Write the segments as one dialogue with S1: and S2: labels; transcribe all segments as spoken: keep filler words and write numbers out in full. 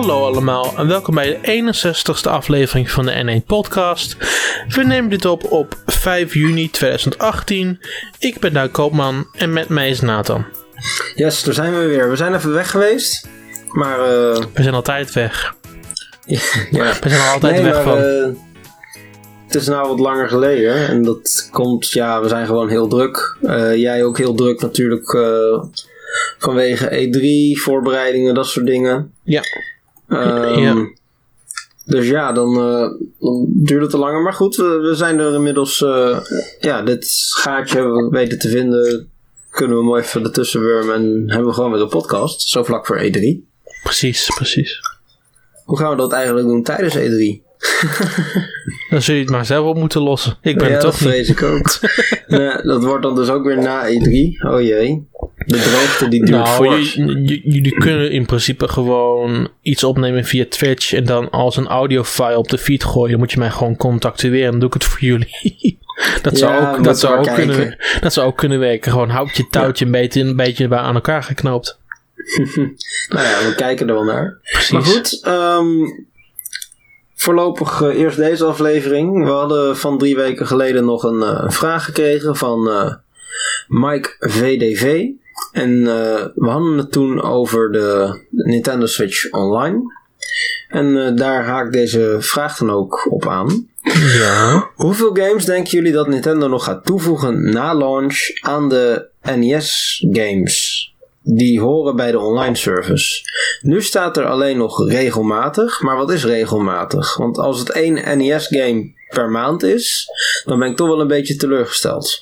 S1: Hallo allemaal en welkom bij de eenenzestigste aflevering van de N één podcast. We nemen dit op op vijf juni tweeduizend achttien. Ik ben Duik Koopman en met mij is Nathan.
S2: Yes, daar zijn we weer. We zijn even weg geweest, maar... Uh...
S1: We zijn altijd weg.
S2: ja, ja.
S1: We zijn er altijd
S2: nee,
S1: weg
S2: maar,
S1: van.
S2: Uh, het is nou wat langer geleden en dat komt, ja, we zijn gewoon heel druk. Uh, jij ook heel druk natuurlijk uh, vanwege E drie, voorbereidingen, dat soort dingen.
S1: Ja.
S2: Um,
S1: ja.
S2: Dus ja, dan, uh, dan duurt het te langer. Maar goed, we, we zijn er inmiddels, uh, ja, dit gaatje we weten te vinden, kunnen we mooi even ertussen wurmen en hebben we gewoon weer een podcast, zo vlak voor E drie.
S1: Precies, precies.
S2: Hoe gaan we dat eigenlijk doen tijdens E drie?
S1: Dan zul je het maar zelf op moeten lossen. Ik ben
S2: ja,
S1: het toch
S2: dat
S1: niet.
S2: vrees ik ook. nee, dat wordt dan dus ook weer na E drie. Oh jee. De droogte die duurt
S1: nou,
S2: voort.
S1: j- j- jullie kunnen in principe gewoon iets opnemen via Twitch en dan als een audiofile op de feed gooien. Dan moet je mij gewoon contactueren. Dan doe ik het voor jullie. dat, zou
S2: Ja,
S1: ook, dat, zou ook
S2: kijken.
S1: kunnen, dat zou ook kunnen werken. Gewoon houd je touwtje ja. een beetje, een beetje bij aan elkaar geknoopt.
S2: nou ja, we kijken er wel naar.
S1: Precies.
S2: Maar goed, um, voorlopig uh, eerst deze aflevering. We hadden van drie weken geleden nog een uh, vraag gekregen van uh, Mike V D V. En uh, we hadden het toen over de Nintendo Switch Online. En uh, daar haakt deze vraag dan ook op aan.
S1: Ja.
S2: Hoeveel games denken jullie dat Nintendo nog gaat toevoegen na launch aan de N E S games? Die horen bij de online service. Nu staat er alleen nog regelmatig. Maar wat is regelmatig? Want als het één N E S game per maand is, dan ben ik toch wel een beetje teleurgesteld.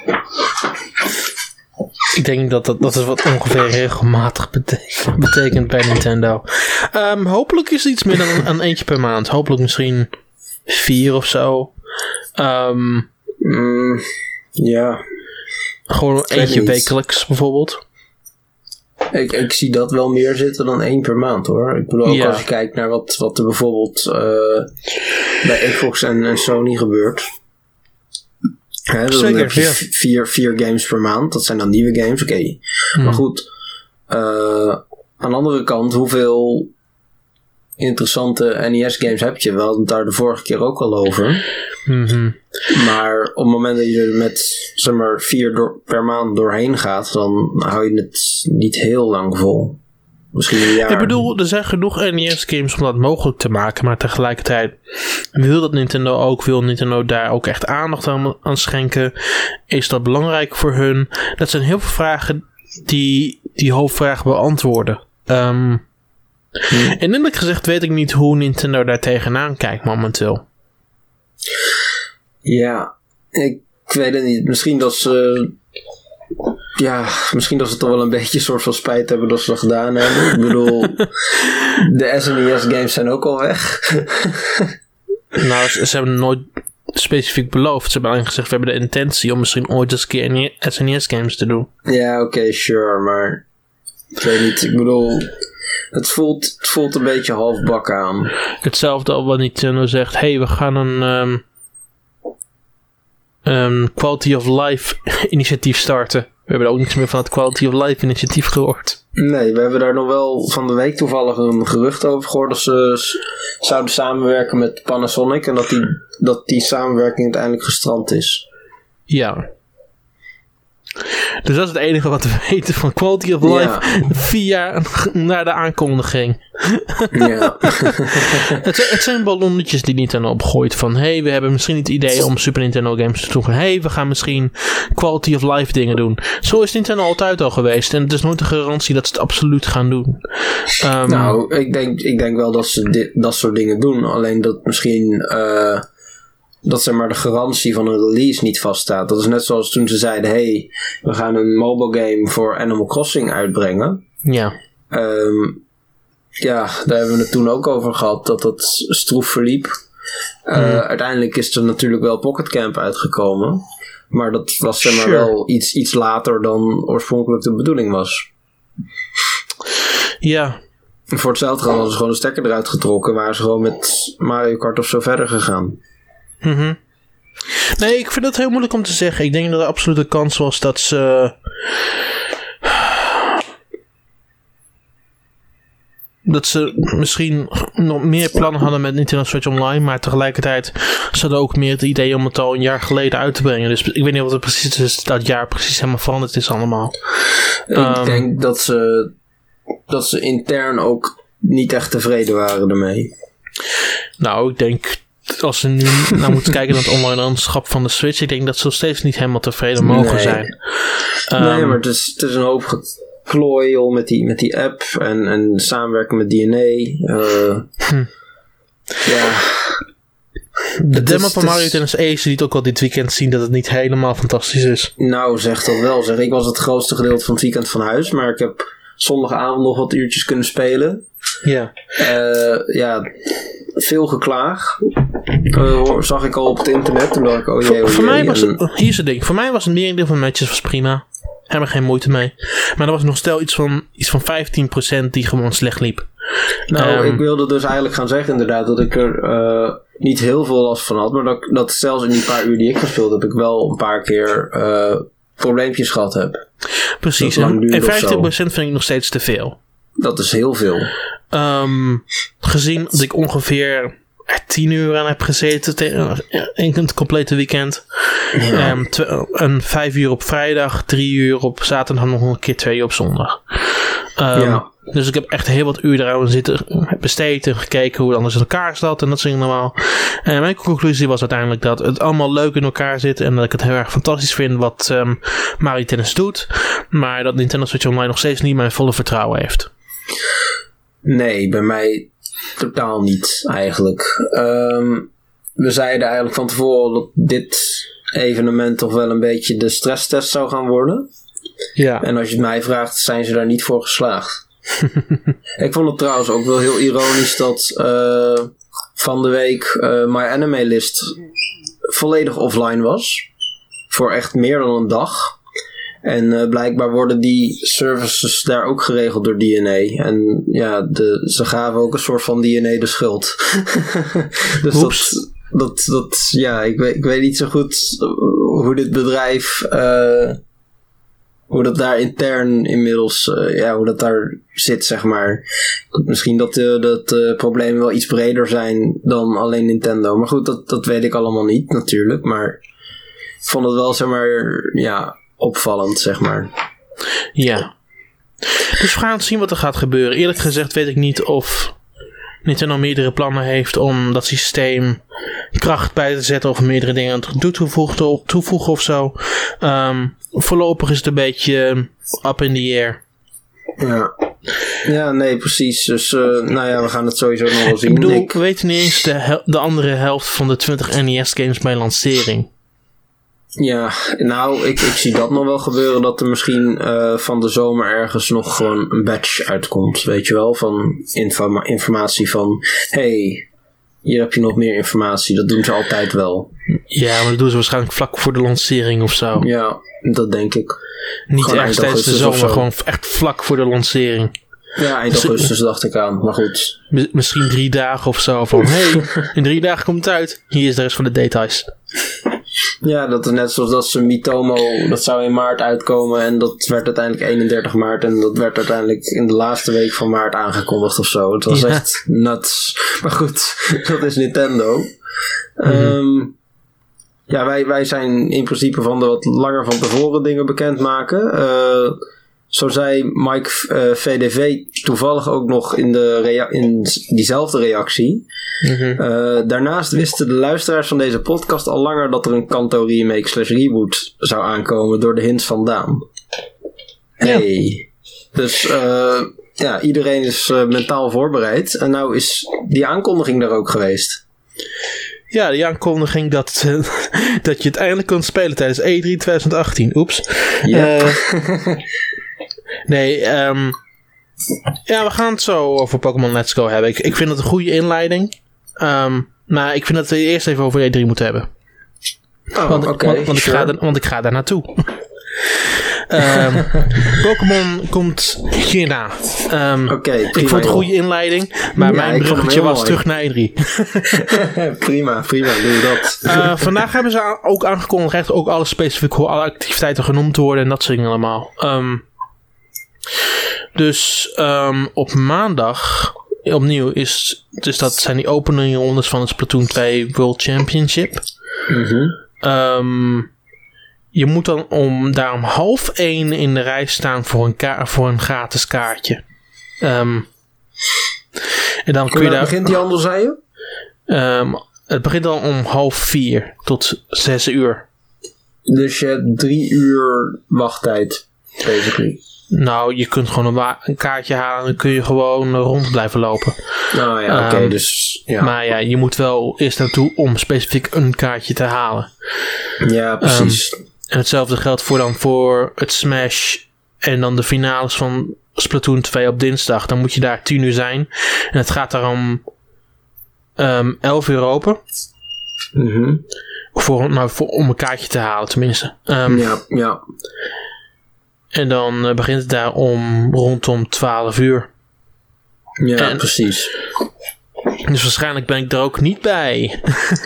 S1: Ik denk dat dat, dat is wat ongeveer regelmatig betekent, betekent bij Nintendo. Um, hopelijk is het iets meer dan een, een eentje per maand. Hopelijk misschien vier of zo. Um,
S2: mm, ja.
S1: Gewoon eentje wekelijks bijvoorbeeld.
S2: Ik, ik zie dat wel meer zitten dan één per maand hoor. Ik bedoel ook ja. als je kijkt naar wat, wat er bijvoorbeeld uh, bij Xbox en, en Sony gebeurt. Hè, dan
S1: Zeker,
S2: heb je
S1: ja.
S2: vier, vier games per maand. Dat zijn dan nieuwe games, oké. Okay. Hmm. Maar goed, uh, aan de andere kant, hoeveel interessante N E S games heb je? We hadden het daar de vorige keer ook al over.
S1: Mm-hmm.
S2: Maar op het moment dat je er met zeg maar vier door, per maand doorheen gaat, dan hou je het niet heel lang vol. Misschien een jaar.
S1: Ik bedoel, er zijn genoeg N E S games om dat mogelijk te maken, maar tegelijkertijd wil dat Nintendo ook, wil Nintendo daar ook echt aandacht aan, aan schenken? Is dat belangrijk voor hun? Dat zijn heel veel vragen die die hoofdvraag beantwoorden. Um, hmm. En eerlijk gezegd weet ik niet hoe Nintendo daar tegenaan kijkt momenteel.
S2: Ja, ik weet het niet. Misschien dat ze... Ja, misschien dat ze toch wel een beetje een soort van spijt hebben dat ze dat gedaan hebben. Ik bedoel, de S N E S games zijn ook al weg.
S1: nou, ze, ze hebben nooit specifiek beloofd. Ze hebben alleen gezegd, we hebben de intentie om misschien ooit eens een keer S N E S games te doen.
S2: Ja, oké, okay, sure, maar ik weet niet. Ik bedoel, het voelt, het voelt een beetje halfbak aan.
S1: Hetzelfde al wat Nintendo zegt, hé, hey, we gaan een... Um, Um, Quality of Life initiatief starten. We hebben ook niks meer van het Quality of Life initiatief gehoord.
S2: Nee, we hebben daar nog wel van de week toevallig een gerucht over gehoord dat ze s- zouden samenwerken met Panasonic en dat die, dat die samenwerking uiteindelijk gestrand is.
S1: Ja. Dus dat is het enige wat we weten van Quality of Life ja. vier jaar na de aankondiging.
S2: Ja.
S1: het, zijn, het zijn ballonnetjes die Nintendo opgooit van hé, hey, we hebben misschien het idee om Super Nintendo games te doen. Hé, hey, we gaan misschien Quality of Life dingen doen. Zo is Nintendo altijd al geweest en het is nooit een garantie dat ze het absoluut gaan doen. Um,
S2: nou, ik denk, ik denk wel dat ze dit, dat soort dingen doen. Alleen dat misschien... Uh, dat zeg maar de garantie van een release niet vaststaat. Dat is net zoals toen ze zeiden, hey, we gaan een mobile game voor Animal Crossing uitbrengen.
S1: Ja.
S2: Um, ja, daar hebben we het toen ook over gehad, dat dat stroef verliep. Uh, hmm. Uiteindelijk is er natuurlijk wel Pocket Camp uitgekomen. Maar dat was zeg maar sure. wel iets, iets later dan oorspronkelijk de bedoeling was.
S1: Ja.
S2: En voor hetzelfde geld hadden ze gewoon de stekker eruit getrokken. Waren ze gewoon met Mario Kart of zo verder gegaan.
S1: Mm-hmm. Nee, ik vind het heel moeilijk om te zeggen. Ik denk dat er absoluut een kans was dat ze... dat ze misschien nog meer plannen hadden met Nintendo Switch Online, maar tegelijkertijd ze hadden ook meer het idee om het al een jaar geleden uit te brengen. Dus ik weet niet wat het precies is, dat jaar precies helemaal veranderd is allemaal.
S2: Ik
S1: Um,
S2: denk dat ze, dat ze intern ook niet echt tevreden waren ermee.
S1: Nou, ik denk, als ze nu nou moeten kijken naar het online landschap van de Switch, ik denk dat ze nog steeds niet helemaal tevreden mogen
S2: nee.
S1: zijn. Um,
S2: nee, maar het is, het is een hoop geklooiel met die, met die app en, en samenwerken met D N A. Uh,
S1: hm.
S2: Ja.
S1: De
S2: Het
S1: demo
S2: is-
S1: van
S2: het
S1: Mario
S2: is-
S1: Tennis Ace liet ook al dit weekend zien dat het niet helemaal fantastisch is.
S2: Nou, zeg dat wel. Zeg. Ik was het grootste gedeelte van het weekend van huis, maar ik heb zondagavond nog wat uurtjes kunnen spelen.
S1: Ja.
S2: Uh, ja, veel geklaag. Uh, zag ik al op het internet. Toen dacht ik, oh jee,
S1: Voor,
S2: oh
S1: voor
S2: jee.
S1: mij was
S2: En-
S1: het, hier is het ding, voor mij was het merendeel van de matches was prima. Hebben er geen moeite mee. Maar er was nog stel iets van, iets van vijftien procent die gewoon slecht liep.
S2: Nou,
S1: Um,
S2: ik wilde dus eigenlijk gaan zeggen inderdaad dat ik er uh, niet heel veel last van had. Maar dat, dat zelfs in die paar uur die ik gespeeld heb, ik wel een paar keer uh, probleempjes gehad heb.
S1: Precies,
S2: dat lang
S1: en,
S2: duurde
S1: en
S2: of
S1: vijftien procent
S2: zo.
S1: vind ik nog steeds te veel.
S2: Dat is heel veel.
S1: Um, gezien dat ik ongeveer tien uur aan heb gezeten te, in het complete weekend.
S2: Ja.
S1: Um, tw- een vijf uur op vrijdag, drie uur op zaterdag en nog een keer twee uur op zondag. Um,
S2: Ja.
S1: Dus ik heb echt heel wat uur eraan zitten besteed en gekeken hoe het anders in elkaar zat en dat soort dingen allemaal. En mijn conclusie was uiteindelijk dat het allemaal leuk in elkaar zit en dat ik het heel erg fantastisch vind wat um, Mario Tennis doet. Maar dat Nintendo Switch Online nog steeds niet mijn volle vertrouwen heeft.
S2: Nee, bij mij totaal niet eigenlijk. Um, we zeiden eigenlijk van tevoren dat dit evenement toch wel een beetje de stresstest zou gaan worden.
S1: Ja.
S2: En als je het mij vraagt, zijn ze daar niet voor geslaagd. Ik vond het trouwens ook wel heel ironisch dat uh, van de week uh, My Anime List volledig offline was. Voor echt meer dan een dag. En uh, blijkbaar worden die services daar ook geregeld door D N A. En ja, de, ze gaven ook een soort van D N A de schuld. Dus
S1: Oeps.
S2: dat, dat, dat, ja, ik weet, ik weet niet zo goed hoe dit bedrijf, uh, hoe dat daar intern inmiddels, uh, ja, hoe dat daar zit, zeg maar. Misschien dat de dat, uh, problemen wel iets breder zijn dan alleen Nintendo. Maar goed, dat, dat weet ik allemaal niet, natuurlijk. Maar ik vond het wel, zeg maar, ja, opvallend, zeg maar.
S1: Ja. Dus we gaan zien wat er gaat gebeuren. Eerlijk gezegd weet ik niet of Nintendo meerdere plannen heeft om dat systeem kracht bij te zetten of meerdere dingen toe toevoegen, toevoegen of zo. Um, voorlopig is het een beetje up in the air.
S2: Ja. Ja, nee, precies. Dus, uh, nou ja, we gaan het sowieso nog wel zien.
S1: Ik bedoel,
S2: ik...
S1: we weten niet eens de, hel- de andere helft van de twintig N E S games bij lancering.
S2: Ja, nou, ik, ik zie dat nog wel gebeuren, dat er misschien uh, van de zomer ergens nog gewoon een batch uitkomt, weet je wel, van informa- informatie van, hey, hier heb je nog meer informatie, dat doen ze altijd wel.
S1: Ja, maar dat doen ze waarschijnlijk vlak voor de lancering of zo.
S2: Ja, dat denk ik.
S1: Niet
S2: gewoon
S1: echt
S2: eind
S1: tijdens de
S2: augustus of
S1: zomer,
S2: zo.
S1: gewoon echt vlak voor de lancering.
S2: Ja, eind augustus dacht ik aan, maar goed.
S1: M- misschien drie dagen of zo. Van, hey, in drie dagen komt het uit. Hier is de rest van de details.
S2: Ja, dat is net zoals dat ze Mitomo, dat zou in maart uitkomen en dat werd uiteindelijk eenendertig maart en dat werd uiteindelijk in de laatste week van maart aangekondigd of zo. Het was
S1: Ja.
S2: echt nuts. Maar goed, dat is Nintendo.
S1: Mm-hmm.
S2: Um, ja, wij, wij zijn in principe van de wat langer van tevoren dingen bekendmaken. Uh, zo zei Mike uh, V D V toevallig ook nog in, de rea- in diezelfde reactie.
S1: Mm-hmm.
S2: Uh, daarnaast wisten de luisteraars van deze podcast al langer dat er een Kanto remake slash reboot zou aankomen door de hints van Daan. Hey. Dus uh, ja, iedereen is uh, mentaal voorbereid. En nou is die aankondiging er ook geweest.
S1: Ja, die aankondiging dat, uh, dat je het eindelijk kunt spelen tijdens E drie twintig achttien. Oeps.
S2: Yep.
S1: Uh, nee, um, ja, we gaan het zo over Pokémon Let's Go hebben. Ik, ik vind het een goede inleiding. Um, maar ik vind dat we eerst even over E drie moeten hebben.
S2: Oh,
S1: Want,
S2: okay,
S1: want, want,
S2: sure.
S1: ik ga er, want ik ga daar naartoe. um, Pokémon komt hierna. Um,
S2: okay,
S1: ik vond het een goede inleiding. Maar
S2: ja,
S1: mijn bruggetje was
S2: mooi.
S1: terug naar E drie.
S2: prima, prima, doe dat.
S1: uh, vandaag hebben ze a- ook aangekondigd echt ook alle specifiek hoe alle activiteiten genoemd worden en dat soort dingen allemaal. Um, Dus um, op maandag opnieuw is, dus dat zijn die opening rondes van het Splatoon twee World Championship.
S2: Mm-hmm.
S1: Um, je moet dan om, daar om half één in de rij staan voor een, ka- voor een gratis kaartje. Um, en dan kun je daar...
S2: begint die handel, zei je?
S1: Um, het begint dan om half vier tot zes uur.
S2: Dus je hebt drie uur wachttijd, basically.
S1: Nou, je kunt gewoon een, wa- een kaartje halen en dan kun je gewoon rond blijven lopen.
S2: Nou ja, oké, okay, um, dus... Ja.
S1: Maar ja, je moet wel eerst naartoe om specifiek een kaartje te halen.
S2: Ja, precies.
S1: Um, en hetzelfde geldt voor dan voor het Smash en dan de finales van Splatoon twee op dinsdag. Dan moet je daar tien uur zijn. En het gaat daar om um, elf uur open.
S2: Mm-hmm.
S1: Voor, nou, voor, om een kaartje te halen tenminste. Um,
S2: ja, ja.
S1: En dan uh, begint het daar om rondom twaalf uur.
S2: Ja,
S1: en,
S2: precies.
S1: Dus waarschijnlijk ben ik er ook niet bij.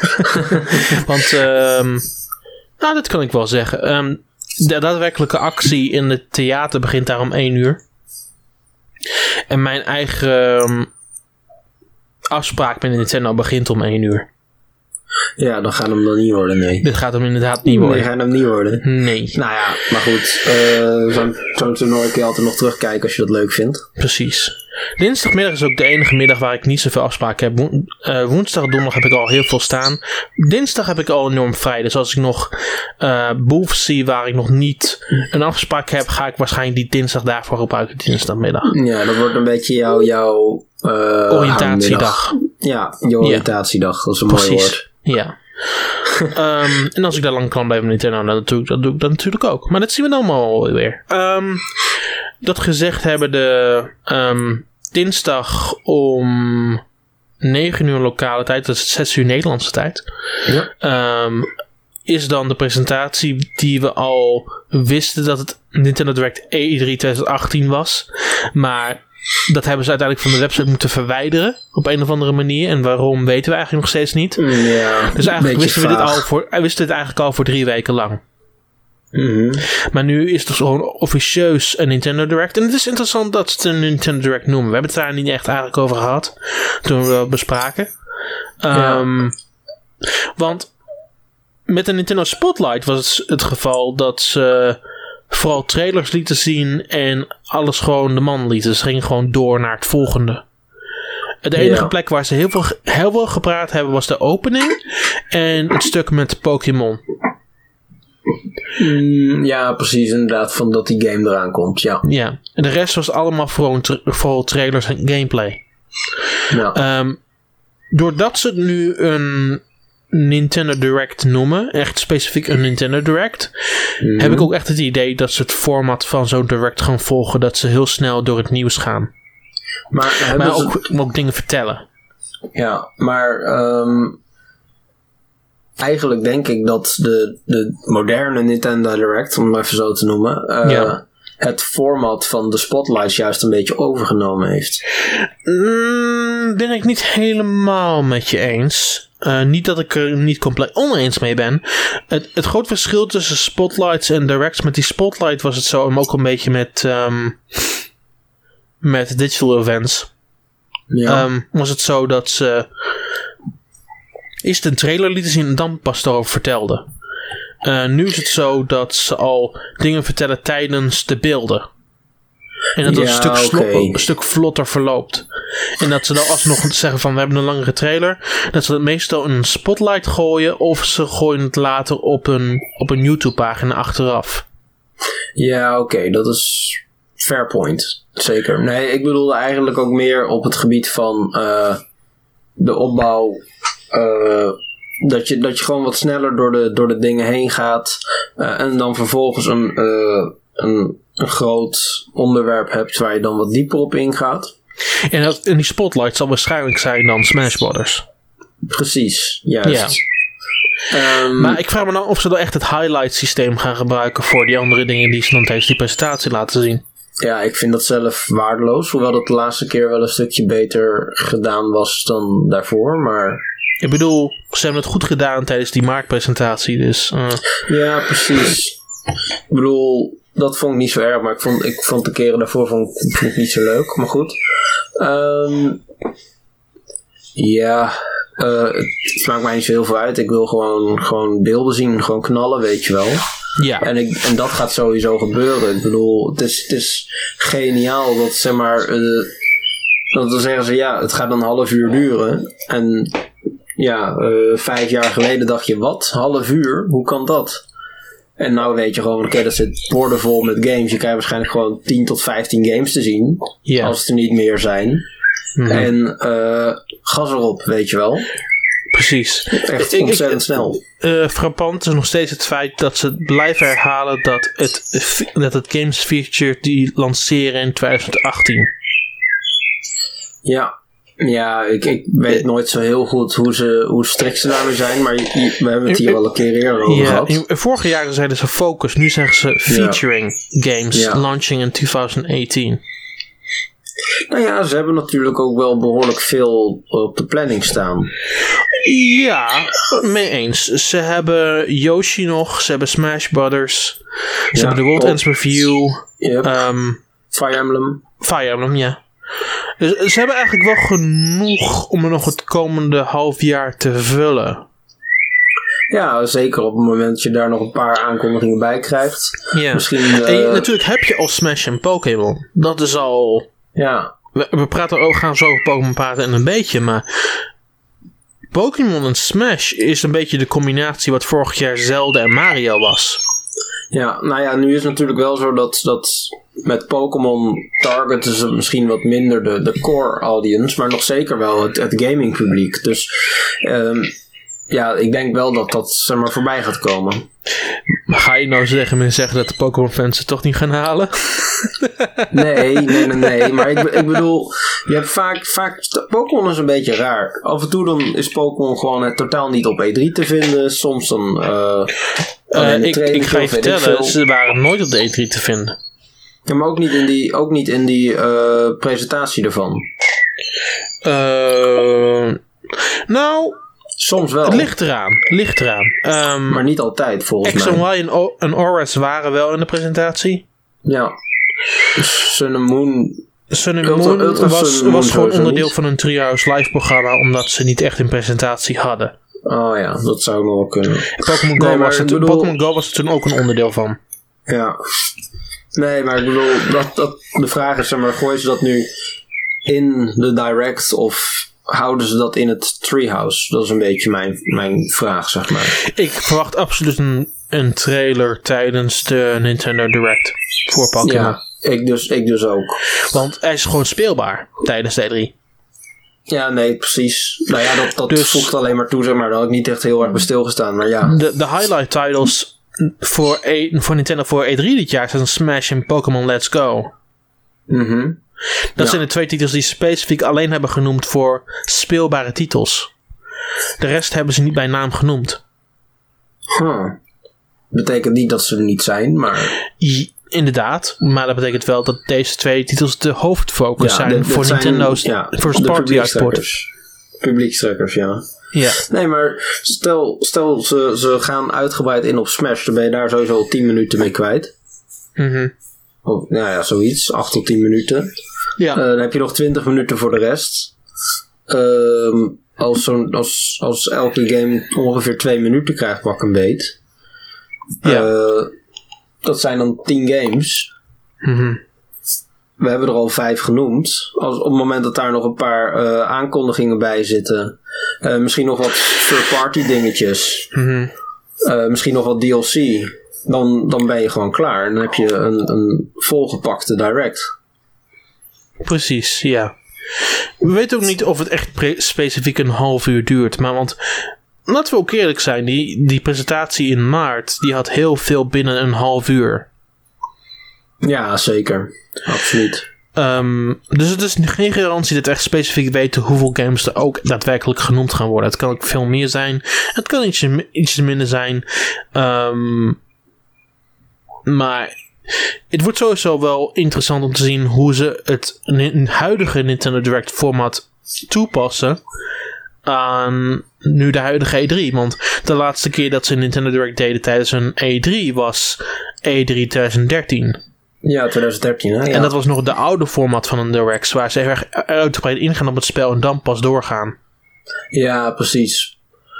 S1: Want, um, nou, dat kan ik wel zeggen. Um, de daadwerkelijke actie in het theater begint daar om één uur. En mijn eigen um, afspraak met Nintendo begint om één uur.
S2: Ja, dan gaat hem dan niet worden, nee.
S1: Dit gaat hem inderdaad niet worden.
S2: Nee, gaat hem niet worden.
S1: Nee.
S2: Nou ja, maar goed. Uh, zo'n, zo'n toernooi kun je altijd nog terugkijken als je dat leuk vindt.
S1: Precies. Dinsdagmiddag is ook de enige middag waar ik niet zoveel afspraken heb. Wo- uh, woensdag en donderdag heb ik al heel veel staan. Dinsdag heb ik al enorm vrij. Dus als ik nog uh, behoeftes zie waar ik nog niet een afspraak heb, ga ik waarschijnlijk die dinsdag daarvoor gebruiken. Dinsdagmiddag.
S2: Ja, dat wordt een beetje jouw... jouw uh,
S1: oriëntatiedag.
S2: Ja, je oriëntatiedag. Dat is een
S1: Precies.
S2: mooi woord.
S1: Ja. um, en als ik daar lang kan blijven met Nintendo, dan doe ik dat, doe ik dat natuurlijk ook. Maar dat zien we dan allemaal weer. Um, dat gezegd hebben, de um, dinsdag om negen uur lokale tijd, dat is zes uur Nederlandse tijd,
S2: ja.
S1: um, is dan de presentatie die we al wisten dat het Nintendo Direct E drie twintig achttien was. Maar dat hebben ze uiteindelijk van de website moeten verwijderen op een of andere manier. En waarom weten we eigenlijk nog steeds niet.
S2: Ja,
S1: dus eigenlijk wisten we, dit
S2: vaag.
S1: al voor, we wisten dit eigenlijk al voor drie weken lang.
S2: Mm-hmm.
S1: Maar nu is het gewoon officieus een Nintendo Direct. En het is interessant dat ze het een Nintendo Direct noemen. We hebben het daar niet echt eigenlijk over gehad toen we het bespraken. Um, ja. Want met de Nintendo Spotlight was het het geval dat ze vooral trailers lieten zien en alles gewoon de man lieten. Ze gingen gewoon door naar het volgende. De enige ja. plek waar ze heel veel, heel veel gepraat hebben was de opening en het stuk met Pokémon.
S2: Mm, ja, precies. Inderdaad, van dat die game eraan komt. Ja.
S1: Ja. En de rest was allemaal vooral, tra- vooral trailers en gameplay.
S2: Ja.
S1: Um, doordat ze nu een Nintendo Direct noemen, echt specifiek een Nintendo Direct, mm-hmm. heb ik ook echt het idee dat ze het format van zo'n Direct gaan volgen, dat ze heel snel door het nieuws gaan.
S2: Maar,
S1: maar
S2: ze...
S1: ook, ook dingen vertellen.
S2: Ja, maar um, eigenlijk denk ik dat de, de moderne Nintendo Direct, om het even zo te noemen, uh, ja. het format van de Spotlights juist een beetje overgenomen heeft.
S1: Mm, ben ik niet helemaal met je eens. Uh, niet dat ik er niet compleet oneens mee ben. Het, het grote verschil tussen Spotlights en Directs, met die Spotlight was het zo, maar ook een beetje met um, met digital events. Ja. Um, was het zo dat ze eerst een trailer lieten zien en dan pas erover vertelden. Uh, nu is het zo dat ze al dingen vertellen tijdens de beelden. En dat het ja, een, stuk slo- okay. een stuk vlotter verloopt. En dat ze dan alsnog zeggen van we hebben een langere trailer. Dat ze het meestal in een spotlight gooien. Of ze gooien het later op een, op een YouTube pagina achteraf.
S2: Ja, oké. Okay, dat is fair point. Zeker. Nee, ik bedoelde eigenlijk ook meer op het gebied van uh, de opbouw. Uh, dat, je, dat je gewoon wat sneller door de, door de dingen heen gaat. Uh, en dan vervolgens een... Uh, een een groot onderwerp hebt waar je dan wat dieper op ingaat.
S1: En, dat, en die spotlight zal waarschijnlijk zijn dan Smash Brothers.
S2: Precies, juist.
S1: Ja. Um, maar ik vraag me dan of ze dan echt het highlight systeem gaan gebruiken voor die andere dingen die ze dan tijdens die presentatie laten zien.
S2: Ja, ik vind dat zelf waardeloos. Hoewel dat de laatste keer wel een stukje beter gedaan was dan daarvoor, maar...
S1: Ik bedoel, ze hebben het goed gedaan tijdens die marktpresentatie, dus... Uh.
S2: Ja, precies. Ik bedoel, dat vond ik niet zo erg, maar ik vond, ik vond de keren daarvoor vond, vond ik niet zo leuk. Maar goed. Um, ja, uh, het maakt mij niet zo heel veel uit. Ik wil gewoon, gewoon beelden zien, gewoon knallen, weet je wel.
S1: Ja.
S2: En, ik, en dat gaat sowieso gebeuren. Ik bedoel, het is, het is geniaal dat, zeg maar, uh, dat dan zeggen ze, ja, het gaat een half uur duren. En ja, uh, vijf jaar geleden dacht je, wat? Half uur? Hoe kan dat? En nou weet je gewoon, oké, okay, dat zit boordevol met games. Je krijgt waarschijnlijk gewoon tien tot vijftien games te zien. Yeah. Als het er niet meer zijn. Mm-hmm. En uh, gas erop, weet je wel.
S1: Precies.
S2: Echt ik, ontzettend ik, snel.
S1: Uh, frappant is nog steeds het feit dat ze blijven herhalen dat het, dat het games feature die lanceren in twintig achttien.
S2: Ja. Ja, ik, ik weet nooit zo heel goed hoe, ze, hoe strikt ze daarmee zijn, maar je, we hebben het hier al een keer eerder over
S1: ja,
S2: gehad.
S1: In, in vorige jaren zeiden ze focus, nu zeggen ze featuring ja. games ja. launching in twintig achttien.
S2: Nou ja, ze hebben natuurlijk ook wel behoorlijk veel op de planning staan.
S1: Ja, mee eens. Ze hebben Yoshi nog, ze hebben Smash Brothers, ze ja, hebben de World Ends Review,
S2: yep.
S1: um,
S2: Fire Emblem.
S1: Fire Emblem, ja. Dus ze hebben eigenlijk wel genoeg om er nog het komende half jaar te vullen.
S2: Ja, zeker op het moment dat je daar nog een paar aankondigingen bij krijgt.
S1: Ja.
S2: Misschien, uh...
S1: en natuurlijk heb je al Smash en Pokémon. Dat is al...
S2: Ja.
S1: We, we praten ook, gaan zo over Pokémon praten in een beetje, maar... Pokémon en Smash is een beetje de combinatie wat vorig jaar Zelda en Mario was.
S2: Ja, nou ja, nu is het natuurlijk wel zo dat, dat met Pokémon targeten ze misschien wat minder de, de core audience, maar nog zeker wel het, het gaming publiek. Dus um, ja, ik denk wel dat dat zeg maar voorbij gaat komen.
S1: Maar ga je nou zeggen, zeggen dat de Pokémon fans het toch niet gaan halen?
S2: Nee, nee, nee, nee. Maar ik, ik bedoel, je hebt vaak, vaak Pokémon is een beetje raar. Af en toe dan is Pokémon gewoon het totaal niet op E drie te vinden. Soms dan... Uh,
S1: uh, ik, ik ga je vertellen, ze waren nooit op de E drie te vinden.
S2: Ja, maar ook niet in die, ook niet in die uh, presentatie ervan.
S1: Uh, nou...
S2: Soms wel.
S1: Het ligt eraan. Ligt eraan. Um,
S2: maar niet altijd, volgens
S1: X
S2: mij.
S1: X en Y en, o- en Aurus waren wel in de presentatie.
S2: Ja. Sun and Moon...
S1: Sun and Moon Ultra, Ultra was, Sun was gewoon onderdeel niet. van een Treehouse live programma, omdat ze niet echt een presentatie hadden.
S2: Oh ja, dat zou nog wel kunnen.
S1: Pokémon Go, nee, was bedoel... Pokémon Go was er toen ook een onderdeel van.
S2: Ja. Nee, maar ik bedoel, dat, dat, de vraag is, zeg maar, gooien ze dat nu in de Direct of... houden ze dat in het Treehouse? Dat is een beetje mijn, mijn vraag, zeg maar.
S1: Ik verwacht absoluut een, een trailer tijdens de Nintendo Direct voor Pokémon.
S2: Ja, ik dus, ik dus ook.
S1: Want hij is gewoon speelbaar tijdens de E drie.
S2: Ja, nee, precies. Nou ja, dat, dat dus, voegt alleen maar toe, zeg maar. Daar had ik niet echt heel erg bij stilgestaan, maar ja.
S1: De, de highlight titles voor, e, voor Nintendo voor E drie dit jaar zijn Smash en Pokémon Let's Go.
S2: Mhm.
S1: Dat ja. zijn de twee titels die ze specifiek alleen hebben genoemd voor speelbare titels. De rest hebben ze niet bij naam genoemd.
S2: Huh. Betekent niet dat ze er niet zijn, maar...
S1: I, inderdaad, maar dat betekent wel dat deze twee titels de hoofdfocus ja, zijn de, voor zijn, Nintendo's ja, first party uitport.
S2: Publiekstrekkers, ja.
S1: Ja.
S2: Nee, maar stel, stel ze, ze gaan uitgebreid in op Smash, dan ben je daar sowieso al tien minuten mee kwijt.
S1: Mhm.
S2: Of, nou ja, zoiets. acht tot tien minuten.
S1: Ja.
S2: Uh, dan heb je nog twintig minuten voor de rest. Uh, als, zo'n, als, als elke game ongeveer twee minuten krijgt, pak een beet.
S1: Ja.
S2: Uh, dat zijn dan tien games.
S1: Mm-hmm.
S2: We hebben er al vijf genoemd. Als, op het moment dat daar nog een paar uh, aankondigingen bij zitten. Uh, misschien nog wat third-party dingetjes.
S1: Mm-hmm.
S2: Uh, misschien nog wat D L C. Dan, dan ben je gewoon klaar. Dan heb je een, een volgepakte Direct.
S1: Precies, ja. We weten ook niet of het echt pre- specifiek een half uur duurt. Maar want, laten we ook eerlijk zijn. Die, die presentatie in maart, die had heel veel binnen een half uur.
S2: Ja, zeker. Absoluut.
S1: Um, dus het is geen garantie dat we echt specifiek weten hoeveel games er ook daadwerkelijk genoemd gaan worden. Het kan ook veel meer zijn. Het kan ietsje, ietsje minder zijn. Um, maar het wordt sowieso wel interessant om te zien hoe ze het huidige Nintendo Direct format toepassen aan nu de huidige E drie. Want de laatste keer dat ze Nintendo Direct deden tijdens een E drie was E drie twintig dertien.
S2: Ja, twintig dertien, hè? Ja.
S1: En dat was nog de oude format van een Direct, waar ze erg uitgebreid ingaan op het spel en dan pas doorgaan.
S2: Ja, precies.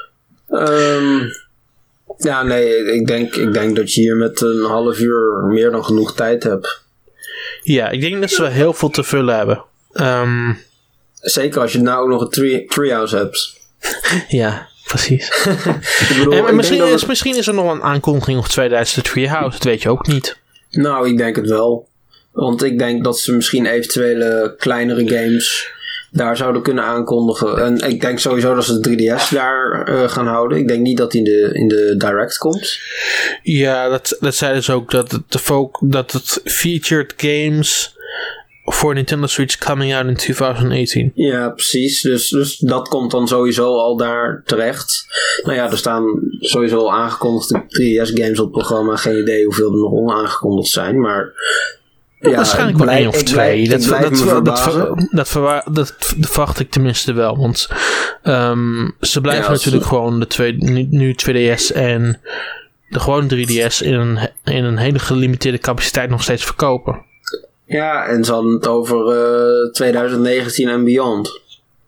S2: Um, ja, nee, ik denk, ik denk dat je hier met een half uur meer dan genoeg tijd hebt.
S1: Ja, ik denk dat ze wel heel veel te vullen hebben. Um,
S2: Zeker als je nou ook nog een tree, treehouse hebt.
S1: Ja, precies.
S2: ik bedoel,
S1: en,
S2: ik
S1: misschien, is,
S2: het...
S1: misschien is er nog een aankondiging of tweeduizend Treehouse, dat weet je ook niet.
S2: Nou, ik denk het wel. Want ik denk dat ze misschien eventuele kleinere games daar zouden kunnen aankondigen. En ik denk sowieso dat ze de drie D S daar uh, gaan houden. Ik denk niet dat die in de, in de Direct komt.
S1: Ja, dat, dat zeiden ze ook. Dat het, de folk, dat het featured games voor Nintendo Switch coming out in twintig achttien.
S2: Ja, precies. Dus, dus dat komt dan sowieso al daar terecht. Nou ja, er staan sowieso al aangekondigde drie D S games op het programma. Geen idee hoeveel er nog onaangekondigd zijn, maar...
S1: Ja, waarschijnlijk wel één of twee. Dat,
S2: dat,
S1: dat, dat, dat, dat, verwa- dat verwacht ik tenminste wel. Want um, ze blijven ja, natuurlijk ze... gewoon de twee, nu, nu twee D S en de gewone drie D S in een, in een hele gelimiteerde capaciteit nog steeds verkopen.
S2: Ja, en ze hadden het over uh, twintig negentien en beyond.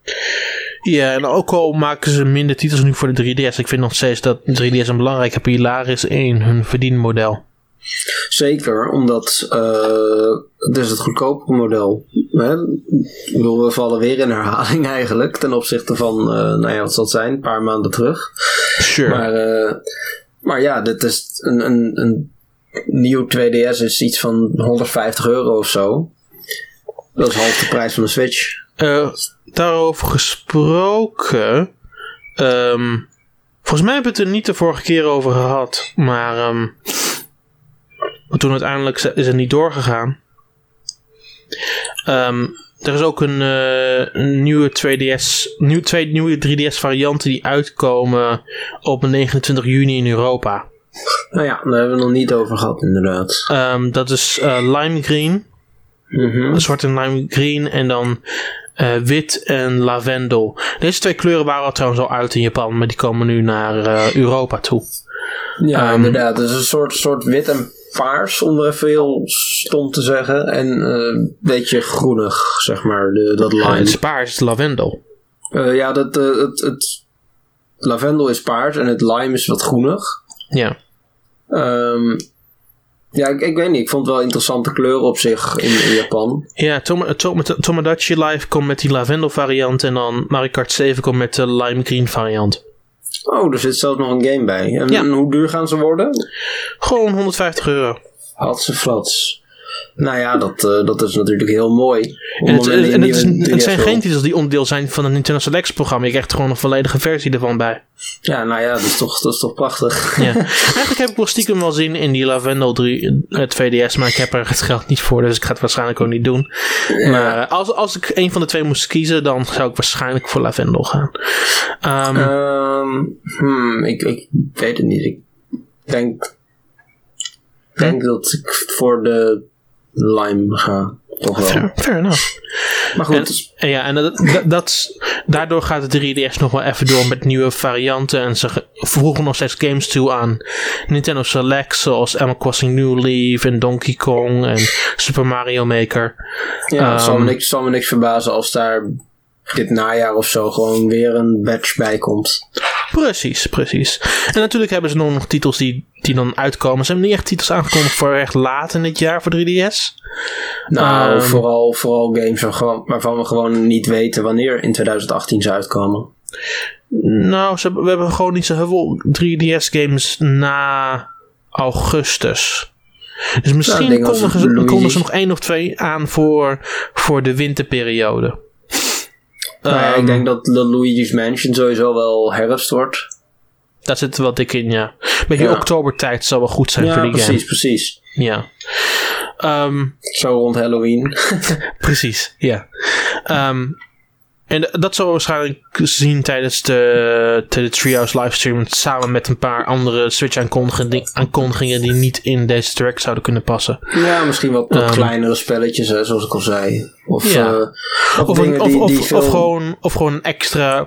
S1: Ja, en ook al maken ze minder titels nu voor de drie D S. Ik vind nog steeds dat drie D S een belangrijke pilaar is in hun verdienmodel.
S2: Zeker, omdat uh, het is het goedkopere model. Hè? Ik bedoel, we vallen weer in herhaling eigenlijk ten opzichte van, uh, nou ja, wat zal het zijn, een paar maanden terug.
S1: Sure.
S2: Maar, uh, maar ja, dit is een, een, een nieuw twee D S is iets van honderdvijftig euro of zo. Dat is half de prijs van de Switch.
S1: Uh, daarover gesproken, um, volgens mij hebben we het er niet de vorige keer over gehad, maar um, toen uiteindelijk is het niet doorgegaan. Um, er is ook een, uh, een nieuwe twee D S, nieuw, twee nieuwe drie D S varianten die uitkomen op negenentwintig juni in Europa.
S2: Nou ja, daar hebben we nog niet over gehad inderdaad.
S1: Um, dat is uh, lime green,
S2: mm-hmm.
S1: zwart en lime green en dan uh, wit en lavendel. Deze twee kleuren waren al trouwens al uit in Japan, maar die komen nu naar uh, Europa toe.
S2: Ja, um, inderdaad. Het is een soort, soort wit en paars, om er even heel stom te zeggen. En een uh, beetje groenig, zeg maar, de, dat lime.
S1: Uh, het is paars, het is lavendel.
S2: Uh, ja, dat, uh, het, het lavendel is paars en het lime is wat groenig.
S1: Ja.
S2: Um, ja, ik, ik weet niet. Ik vond het wel interessante kleuren op zich in, in Japan.
S1: Ja, Tom, Tom, Tomodachi Live komt met die lavendel variant en dan Mario Kart zeven komt met de lime green variant.
S2: Oh, er zit zelfs nog een game bij. En, ja. en hoe duur gaan ze worden?
S1: Gewoon honderdvijftig euro.
S2: Had ze flats. Nou ja, dat, uh, dat is natuurlijk heel mooi.
S1: En het, en het, is een, het zijn geen titels die onderdeel zijn van het Nintendo Selects programma. Je krijgt gewoon een volledige versie ervan bij.
S2: Ja, nou ja, dat is toch, dat is toch prachtig.
S1: Ja. Eigenlijk heb ik wel stiekem wel zin in die Lavendel drie, uh, twee D S, maar ik heb er het geld niet voor, dus ik ga het waarschijnlijk ook niet doen. Ja. Maar als, als ik een van de twee moest kiezen, dan zou ik waarschijnlijk voor Lavendel gaan. Um,
S2: um, hmm, ik, ik weet het niet. Ik denk, ik denk hm? dat ik voor de lime ga. Toch wel.
S1: Fair, fair enough.
S2: Maar goed.
S1: En, en ja, en dat, dat, dat, daardoor gaat de drie D S nog wel even door met nieuwe varianten. En ze voegen nog steeds games toe aan Nintendo Select, zoals Animal Crossing New Leaf en Donkey Kong en Super Mario Maker.
S2: Ja, het um, zal, me niks, zal me niks verbazen als daar dit najaar of zo gewoon weer een batch bij komt.
S1: Precies, precies. En natuurlijk hebben ze nog, nog titels die, die dan uitkomen. Ze hebben niet echt titels aangekondigd voor echt laat in dit jaar voor drie D S.
S2: Nou, um, vooral, vooral games waarvan, waarvan we gewoon niet weten wanneer in twintig achttien ze uitkomen.
S1: Nou, ze, we hebben gewoon niet zo heel veel drie D S games na augustus. Dus misschien nou, kondigen ze, kondigen ze nog één of twee aan voor, voor de winterperiode.
S2: Nou ja, um, ik denk dat, dat Luigi's Mansion sowieso wel herfst wordt.
S1: Daar zit er wel dik in, ja. Beetje ja. oktobertijd zal wel goed zijn
S2: ja,
S1: voor die
S2: precies,
S1: game.
S2: Ja, precies, precies.
S1: Ja. Um,
S2: Zo rond Halloween.
S1: Precies, ja. Um, en dat zullen we waarschijnlijk zien tijdens de, de Treehouse livestream. Samen met een paar andere Switch aankondigingen, aankondigingen die niet in deze track zouden kunnen passen.
S2: Ja, misschien wat, wat um, kleinere spelletjes, hè, zoals ik al zei. Of,
S1: ja.
S2: uh, of,
S1: of,
S2: dingen
S1: of,
S2: die,
S1: of,
S2: die
S1: of,
S2: veel...
S1: of, gewoon, of gewoon een extra,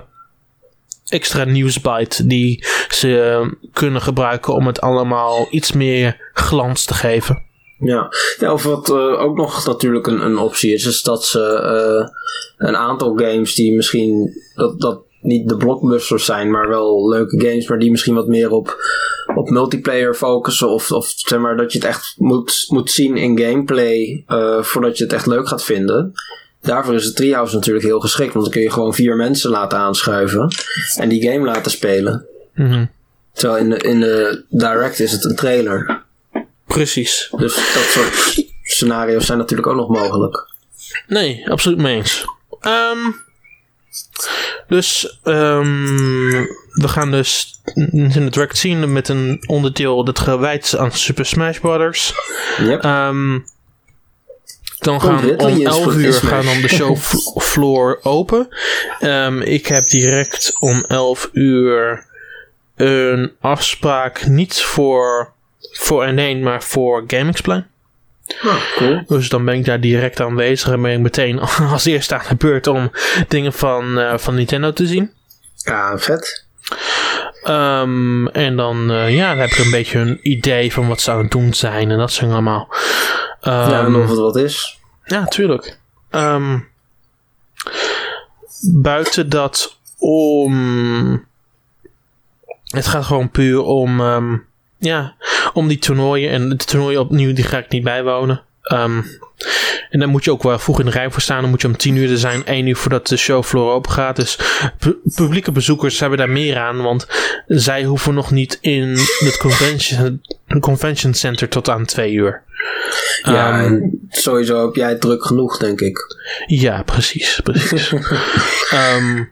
S1: extra nieuwsbite die ze uh, kunnen gebruiken om het allemaal iets meer glans te geven.
S2: Ja, ja of wat uh, ook nog natuurlijk een, een optie is, is dat ze uh, een aantal games die misschien, dat, dat niet de blockbusters zijn, maar wel leuke games, maar die misschien wat meer op, op multiplayer focussen, of, of zeg maar dat je het echt moet, moet zien in gameplay uh, voordat je het echt leuk gaat vinden. Daarvoor is het Treehouse natuurlijk heel geschikt, want dan kun je gewoon vier mensen laten aanschuiven en die game laten spelen.
S1: Mm-hmm.
S2: Terwijl in de, in de Direct is het een trailer.
S1: Precies.
S2: Dus dat soort scenario's zijn natuurlijk ook nog mogelijk.
S1: Nee, absoluut mee eens. Um, dus um, we gaan dus in de Direct zien met een onderdeel dat gewijd is aan Super Smash Brothers.
S2: Yep.
S1: Um, dan gaan om elf uur gaan dan de showfloor open. Um, ik heb direct om elf uur een afspraak niet voor voor en een, maar voor GameXplain.
S2: Oh, cool.
S1: Dus dan ben ik daar direct aanwezig en ben ik meteen als eerste aan de beurt om dingen van, uh, van Nintendo te zien.
S2: Ja, vet.
S1: Um, en dan, uh, ja, dan heb ik een beetje een idee van wat ze aan het doen zijn en dat soort allemaal. Um,
S2: ja, en of het wat is.
S1: Ja, tuurlijk. Um, buiten dat om... Het gaat gewoon puur om... Um, ja, om die toernooien. En de toernooien opnieuw, die ga ik niet bijwonen. Um, en dan moet je ook wel vroeg in de rij voor staan. Dan moet je om tien uur er zijn, één uur voordat de showfloor open gaat. Dus pu- publieke bezoekers hebben daar meer aan. Want zij hoeven nog niet in het convention, convention center tot aan twee uur.
S2: Ja,
S1: um,
S2: en sowieso heb jij het druk genoeg, denk ik.
S1: Ja, precies. precies. um,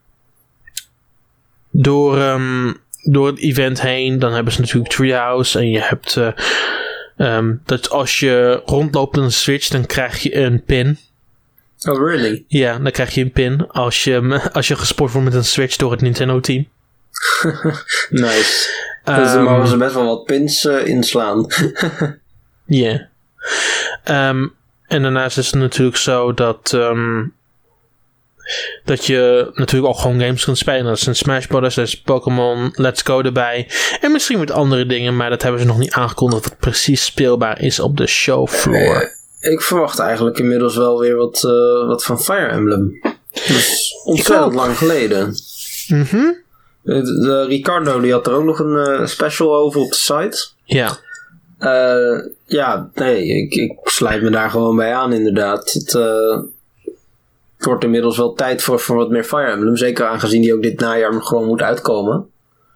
S1: door... Um, door het event heen, dan hebben ze natuurlijk Treehouse en je hebt uh, um, dat als je rondloopt in een Switch, dan krijg je een pin.
S2: Oh, really?
S1: Ja, dan krijg je een pin als je, als je gesport wordt met een Switch door het Nintendo team.
S2: Nice. Um, dus dan mogen ze best wel wat pins uh, inslaan.
S1: Ja. yeah. um, en daarnaast is het natuurlijk zo dat um, dat je natuurlijk ook gewoon games kunt spelen. Dat is een Smash Brothers, er is Pokémon Let's Go erbij. En misschien met andere dingen, maar dat hebben ze nog niet aangekondigd wat precies speelbaar is op de showfloor.
S2: Uh, ik verwacht eigenlijk inmiddels wel weer wat, uh, wat van Fire Emblem. Dat is ontzettend lang geleden.
S1: Mm-hmm.
S2: De, de Ricardo die had er ook nog een uh, special over op de site.
S1: Ja.
S2: Uh, ja, nee, ik, ik sluit me daar gewoon bij aan inderdaad. Het... Uh, Het wordt inmiddels wel tijd voor, voor wat meer Fire Emblem. Zeker aangezien die ook dit najaar gewoon moet uitkomen.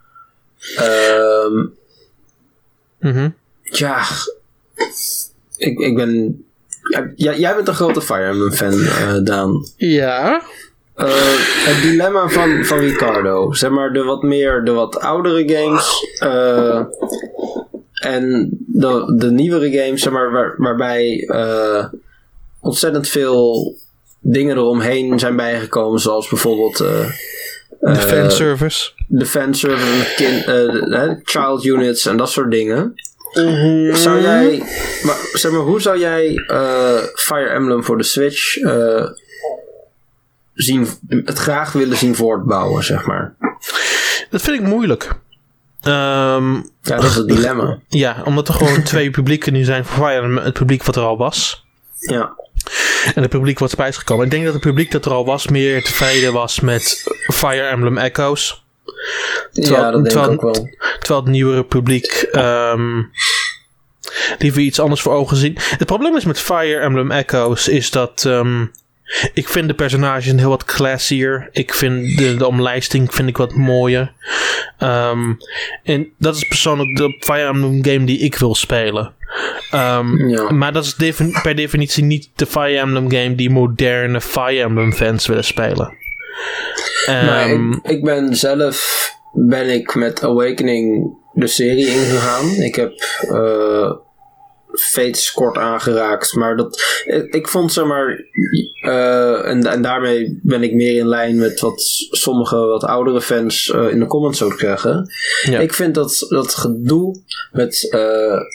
S2: Um,
S1: mm-hmm.
S2: Ja. Ik, ik ben... Ja, jij bent een grote Fire Emblem fan, uh, Daan.
S1: Ja.
S2: Uh, het dilemma van, van Ricardo. Zeg maar de wat meer, de wat oudere games. Uh, en de, de nieuwere games, zeg maar, waar, waarbij uh, ontzettend veel dingen eromheen zijn bijgekomen, zoals bijvoorbeeld uh,
S1: de uh, fanservice.
S2: De fanservice met kind, uh, child units en dat soort dingen. Mm-hmm. Zou jij, maar, zeg maar, hoe zou jij uh, Fire Emblem voor de Switch uh, zien, het graag willen zien voortbouwen, zeg maar?
S1: Dat vind ik moeilijk. Um,
S2: ja, dat is het dilemma.
S1: Ja, omdat er gewoon twee publieken nu zijn voor Fire Emblem. Het publiek wat er al was.
S2: Ja.
S1: En het publiek wat is gekomen. Ik denk dat het publiek dat er al was meer tevreden was met Fire Emblem Echoes.
S2: Terwijl, ja, dat denk terwijl, ik ook wel.
S1: Terwijl het nieuwere publiek um, liever iets anders voor ogen zien. Het probleem is met Fire Emblem Echoes is dat um, ik vind de personages heel wat classier. Ik vind de, de omlijsting vind ik wat mooier. Um, en dat is persoonlijk de Fire Emblem game die ik wil spelen. Um, ja. Maar dat is defin- per definitie niet de Fire Emblem game die moderne Fire Emblem fans willen spelen. Um,
S2: maar ik, ik ben zelf ben ik met Awakening de serie ingegaan. Ik heb uh, Fates kort aangeraakt, maar dat ik, ik vond zeg maar uh, en, en daarmee ben ik meer in lijn met wat sommige wat oudere fans uh, in de comments ook zeggen. Ja. Ik vind dat dat gedoe met uh,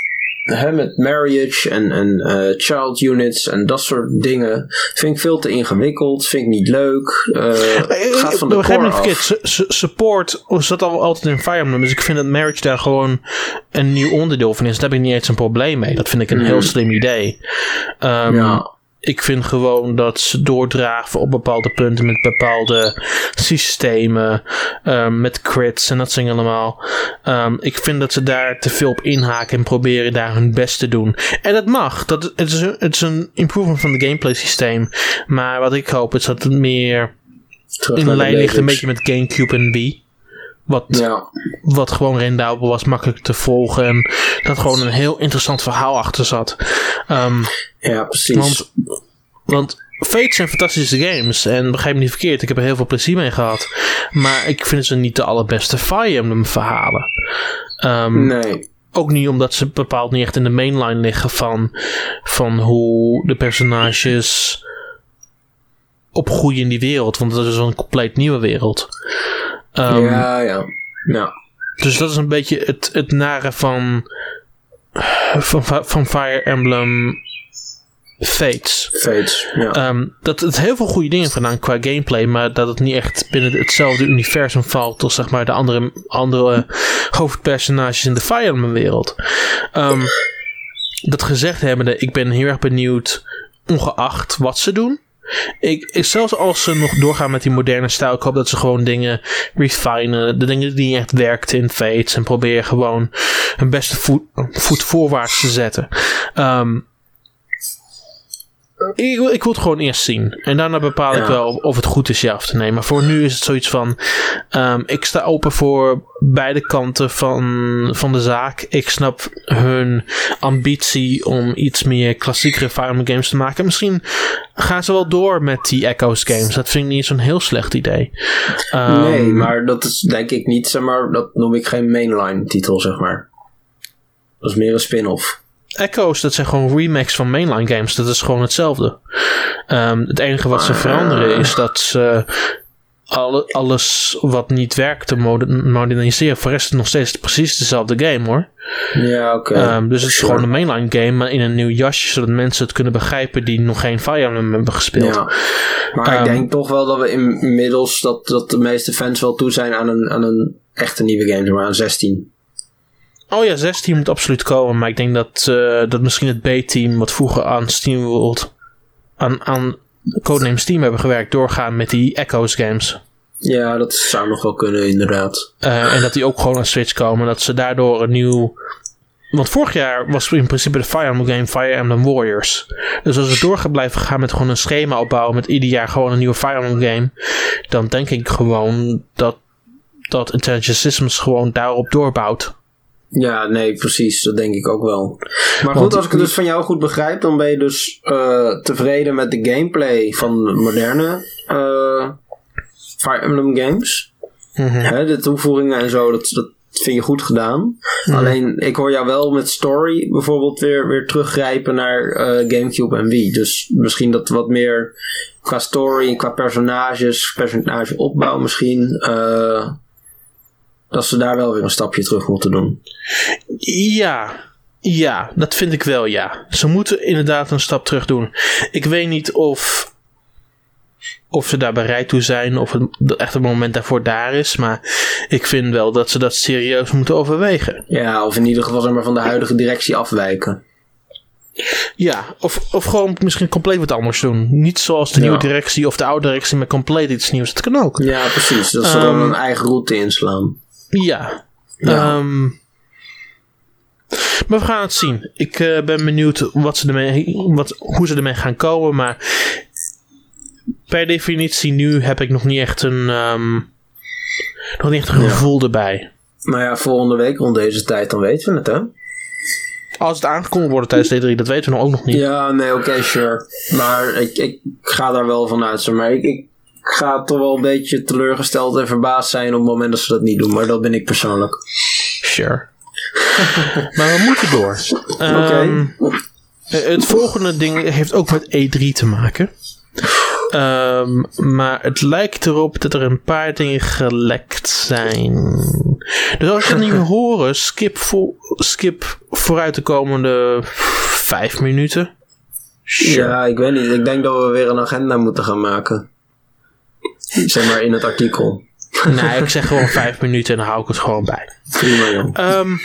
S2: hè, met marriage en, en uh, child units en dat soort dingen vind ik veel te ingewikkeld, vind ik niet leuk. Uh, gaat van de core af.
S1: Verkeerd. S- support zat al altijd in Fire Emblem, dus ik vind dat marriage daar gewoon een nieuw onderdeel van is. Daar heb ik niet eens een probleem mee. Dat vind ik een mm. heel slim idee. Um, ja. Ik vind gewoon dat ze doordraven op bepaalde punten met bepaalde systemen, um, met crits en dat soort dingen allemaal. Um, ik vind dat ze daar te veel op inhaken en proberen daar hun best te doen. En dat mag. Dat, het, is een, het is een improvement van het gameplay systeem. Maar wat ik hoop is dat het meer terug in lijn ligt een beetje met GameCube en Wii. Wat, ja. wat gewoon rendabel was, makkelijk te volgen. En dat gewoon een heel interessant verhaal achter zat. Um,
S2: ja, precies.
S1: Want, want Fate zijn fantastische games. En begrijp me niet verkeerd, ik heb er heel veel plezier mee gehad. Maar ik vind ze niet de allerbeste Fire Emblem verhalen. Um,
S2: nee.
S1: Ook niet omdat ze bepaald niet echt in de mainline liggen van, van hoe de personages opgroeien in die wereld. Want dat is een compleet nieuwe wereld. Um,
S2: ja, ja. ja.
S1: Dus dat is een beetje het, het nare van, van, van Fire Emblem Fates.
S2: Fates, ja.
S1: Um, dat het heel veel goede dingen gedaan qua gameplay, maar dat het niet echt binnen hetzelfde universum valt als zeg maar de andere, andere hoofdpersonages in de Fire Emblem wereld. Um, dat gezegd hebbende, ik ben heel erg benieuwd, ongeacht wat ze doen. Ik, ik, zelfs als ze nog doorgaan met die moderne stijl, ik hoop dat ze gewoon dingen refinen, de dingen die niet echt werkten in Fates, en proberen gewoon hun beste voet, voet voorwaarts te zetten. Um, ik, ik wil het gewoon eerst zien. En daarna bepaal ja. ik wel of, of het goed is ja of te nemen. Maar voor nu is het zoiets van, um, ik sta open voor beide kanten van, van de zaak. Ik snap hun ambitie om iets meer klassiekere Fire Emblem games te maken. Misschien gaan ze wel door met die Echoes games. Dat vind ik niet zo'n heel slecht idee.
S2: Um, nee, maar dat is denk ik niet, zeg maar, dat noem ik geen mainline titel, zeg maar. Dat is meer een spin-off.
S1: Echoes, dat zijn gewoon remakes van mainline games. Dat is gewoon hetzelfde. Um, het enige wat ze veranderen is dat ze alle, alles wat niet werkt te moderniseren. Voor de rest is het nog steeds precies dezelfde game, hoor.
S2: Ja, oké. Okay.
S1: Um, dus het is sure. gewoon een mainline game, maar in een nieuw jasje, zodat mensen het kunnen begrijpen die nog geen Fire Emblem hebben gespeeld.
S2: Ja. Maar um, ik denk toch wel dat we inmiddels, dat, dat de meeste fans wel toe zijn aan een, aan een echte nieuwe game, maar aan zestien.
S1: Oh ja, zestien moet absoluut komen. Maar ik denk dat, uh, dat misschien het B-team wat vroeger aan SteamWorld, aan, aan Codename Steam hebben gewerkt, doorgaan met die Echoes games.
S2: Ja, dat zou nog wel kunnen, inderdaad.
S1: Uh, en dat die ook gewoon aan Switch komen. Dat ze daardoor een nieuw... Want vorig jaar was in principe de Fire Emblem game Fire Emblem Warriors. Dus als we door gaan blijven gaan met gewoon een schema opbouwen met ieder jaar gewoon een nieuwe Fire Emblem game, dan denk ik gewoon dat, dat Intelligent Systems gewoon daarop doorbouwt.
S2: Ja, nee, precies. Dat denk ik ook wel. Maar goed, Want, als ik het dus van jou goed begrijp, dan ben je dus uh, tevreden met de gameplay van moderne uh, Fire Emblem games. Mm-hmm. Hè, de toevoegingen en zo, dat, dat vind je goed gedaan. Mm-hmm. Alleen, ik hoor jou wel met story bijvoorbeeld weer, weer teruggrijpen naar uh, GameCube en Wii. Dus misschien dat wat meer qua story, qua personages, personageopbouw misschien... Uh, dat ze daar wel weer een stapje terug moeten doen.
S1: Ja, ja, dat vind ik wel, ja. Ze moeten inderdaad een stap terug doen. Ik weet niet of, of ze daar bereid toe zijn, of het echt het moment daarvoor daar is, maar ik vind wel dat ze dat serieus moeten overwegen.
S2: Ja, of in ieder geval zeg maar, van de huidige directie afwijken.
S1: Ja, of, of gewoon misschien compleet wat anders doen. Niet zoals de ja. nieuwe directie of de oude directie, maar compleet iets nieuws. Dat kan ook.
S2: Ja, precies. Dat ze um, dan een eigen route inslaan.
S1: Ja. ja. Um, maar we gaan het zien. Ik uh, ben benieuwd wat ze ermee, wat, hoe ze ermee gaan komen. Maar per definitie nu heb ik nog niet echt een, um, nog niet echt een gevoel ja. erbij.
S2: Nou ja, volgende week rond deze tijd, dan weten we het, hè?
S1: Als het aangekondigd wordt tijdens D drie, dat weten we nog ook nog niet.
S2: Ja, nee, oké, okay, sure. Maar ik, ik ga daar wel van uit. Maar ik... ik Ik ga toch wel een beetje teleurgesteld en verbaasd zijn op het moment dat ze dat niet doen. Maar dat ben ik persoonlijk.
S1: Sure. Maar we moeten door. Um, okay. Het volgende ding heeft ook met E drie te maken. Um, maar het lijkt erop dat er een paar dingen gelekt zijn. Dus als je het niet wil horen, skip, vo- skip vooruit de komende vijf minuten.
S2: Sure. Ja, ik weet niet. Ik denk dat we weer een agenda moeten gaan maken. Zeg maar in het artikel.
S1: Nee, ik zeg gewoon vijf minuten en dan hou ik het gewoon bij.
S2: Prima, ja.
S1: Um,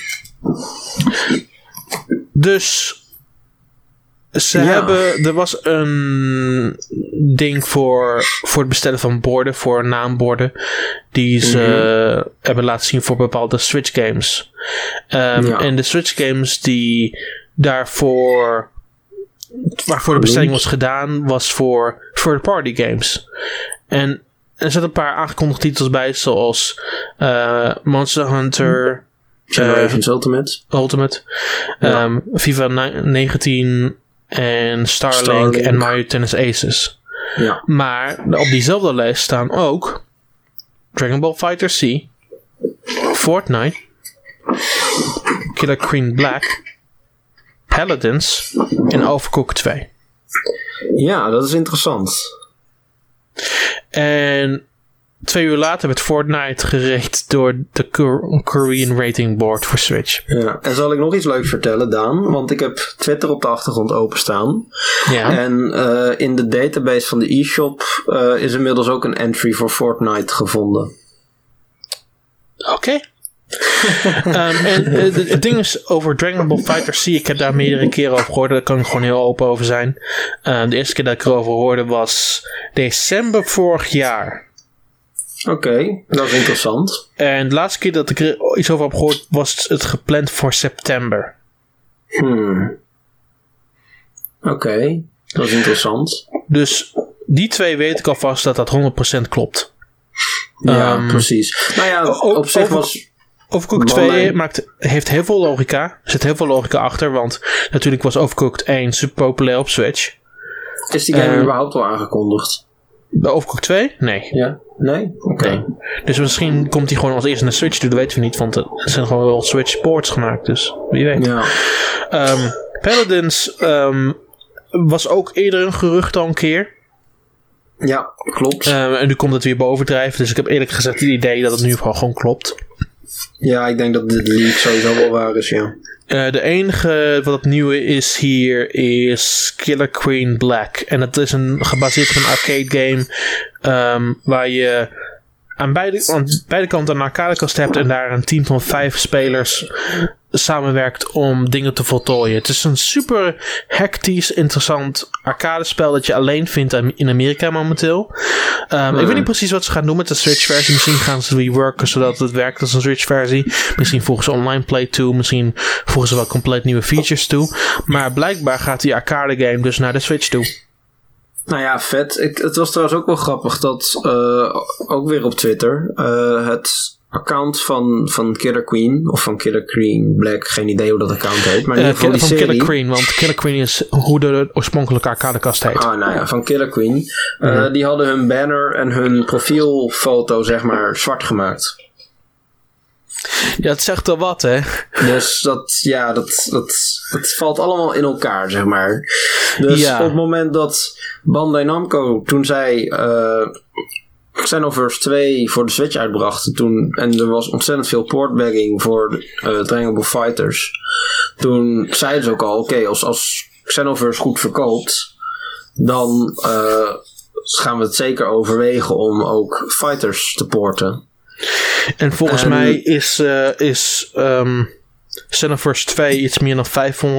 S1: dus ze
S2: ja.
S1: hebben, er was een ding voor, voor het bestellen van borden, voor naamborden, die ze mm-hmm. hebben laten zien voor bepaalde Switch games. Um, ja. En de Switch games die daarvoor, waarvoor de bestelling was gedaan, was voor third party games. En er zitten een paar aangekondigde titels bij, zoals uh, Monster Hunter,
S2: Generations uh, Ultimate,
S1: Ultimate ja. um, FIFA negentien en Starlink, Starlink en Mario Tennis Aces.
S2: Ja.
S1: Maar op diezelfde lijst staan ook Dragon Ball FighterZ, Fortnite, Killer Queen Black, Paladins en Overcooked twee.
S2: Ja, dat is interessant.
S1: En twee uur later werd Fortnite gereed door de Korean Rating Board voor Switch.
S2: Ja, en zal ik nog iets leuks vertellen, Daan? Want ik heb Twitter op de achtergrond openstaan.
S1: Ja.
S2: En uh, in de database van de e-shop uh, is inmiddels ook een entry voor Fortnite gevonden.
S1: Oké. Okay. um, en uh, de, het ding is over Dragon Ball FighterZ. Ik heb daar meerdere keren over gehoord. Daar kan ik gewoon heel open over zijn. Uh, de eerste keer dat ik erover hoorde was december vorig jaar.
S2: Oké, okay, dat is interessant.
S1: En de laatste keer dat ik er iets over heb gehoord was het gepland voor september.
S2: Hmm. Oké, okay, dat is interessant.
S1: Dus die twee weet ik alvast dat dat honderd procent klopt.
S2: Ja, um,
S1: precies.
S2: Nou ja, op, op zich
S1: over,
S2: was...
S1: Overcooked twee maakt, heeft heel veel logica. Er zit heel veel logica achter, want natuurlijk was Overcooked één super populair op Switch.
S2: Is die game uh, überhaupt al aangekondigd?
S1: Bij Overcooked twee? Nee.
S2: Ja? Nee? Oké. Okay.
S1: Nee. Dus misschien komt hij gewoon als eerste naar Switch toe, dat weten we niet, want er zijn gewoon wel Switch ports gemaakt, dus wie weet.
S2: Ja.
S1: Um, Paladins um, was ook eerder een gerucht al een keer.
S2: Ja, klopt.
S1: Um, en nu komt het weer bovendrijven, dus ik heb eerlijk gezegd het idee dat het nu gewoon klopt.
S2: Ja, ik denk dat dit leak sowieso wel waar is, ja.
S1: Uh, de enige wat het nieuwe is hier is Killer Queen Black. En het is een, gebaseerd op een arcade game um, waar je aan beide, aan beide kanten een arcadekast hebt en daar een team van vijf spelers samenwerkt om dingen te voltooien. Het is een super hectisch, interessant arcadespel dat je alleen vindt in Amerika momenteel. Um, hmm. Ik weet niet precies wat ze gaan doen met de Switch-versie. Misschien gaan ze reworken zodat het werkt als een Switch-versie. Misschien voegen ze online play toe. Misschien voegen ze wel compleet nieuwe features toe. Maar blijkbaar gaat die arcade-game dus naar de Switch toe.
S2: Nou ja, vet. Ik, het was trouwens ook wel grappig dat, uh, ook weer op Twitter, uh, het account van, van Killer Queen, of van Killer Queen Black, geen idee hoe dat account heet, maar in ieder geval
S1: uh,
S2: die
S1: van
S2: serie.
S1: Killer Queen, want Killer Queen is hoe de oorspronkelijke arcadekast heet.
S2: Ah, nou ja, van Killer Queen. Uh, mm-hmm. Die hadden hun banner en hun profielfoto, zeg maar, zwart gemaakt.
S1: Ja, het zegt wel wat, hè?
S2: Dus dat, ja, dat, dat, dat valt allemaal in elkaar, zeg maar. Dus ja. Op het moment dat Bandai Namco, toen zij uh, Xenoverse twee voor de Switch uitbrachten, toen, en er was ontzettend veel portbagging voor uh, Dragon Ball Fighters, toen zeiden ze ook al, oké, okay, als, als Xenoverse goed verkoopt, dan uh, gaan we het zeker overwegen om ook Fighters te porten.
S1: En volgens en, mij is, uh, is um, Xenoverse twee iets meer dan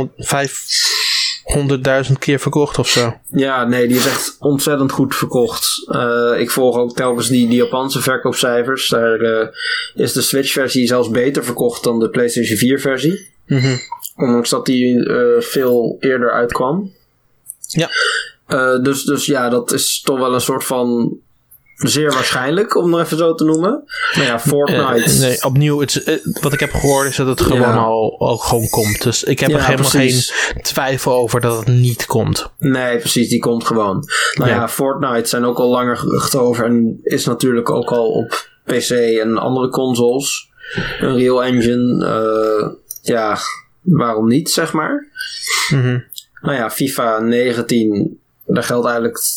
S1: vijfhonderdduizend keer verkocht of zo.
S2: Ja, nee, die is echt ontzettend goed verkocht. Uh, ik volg ook telkens die, die Japanse verkoopcijfers. Daar uh, is de Switch-versie zelfs beter verkocht dan de PlayStation vier-versie.
S1: Mm-hmm.
S2: Ondanks dat die uh, veel eerder uitkwam.
S1: Ja.
S2: Uh, dus, dus ja, dat is toch wel een soort van... zeer waarschijnlijk, om het even zo te noemen. Nou ja, Fortnite.
S1: Uh, nee, opnieuw, het, uh, wat ik heb gehoord is dat het gewoon ja. al, al gewoon komt. Dus ik heb ja, er helemaal precies. geen twijfel over dat het niet komt.
S2: Nee, precies, die komt gewoon. Nou ja, ja Fortnite zijn ook al langer geruchten over en is natuurlijk ook al op P C en andere consoles. Unreal Engine, uh, ja, waarom niet, zeg maar.
S1: Mm-hmm.
S2: Nou ja, FIFA negentien, daar geldt eigenlijk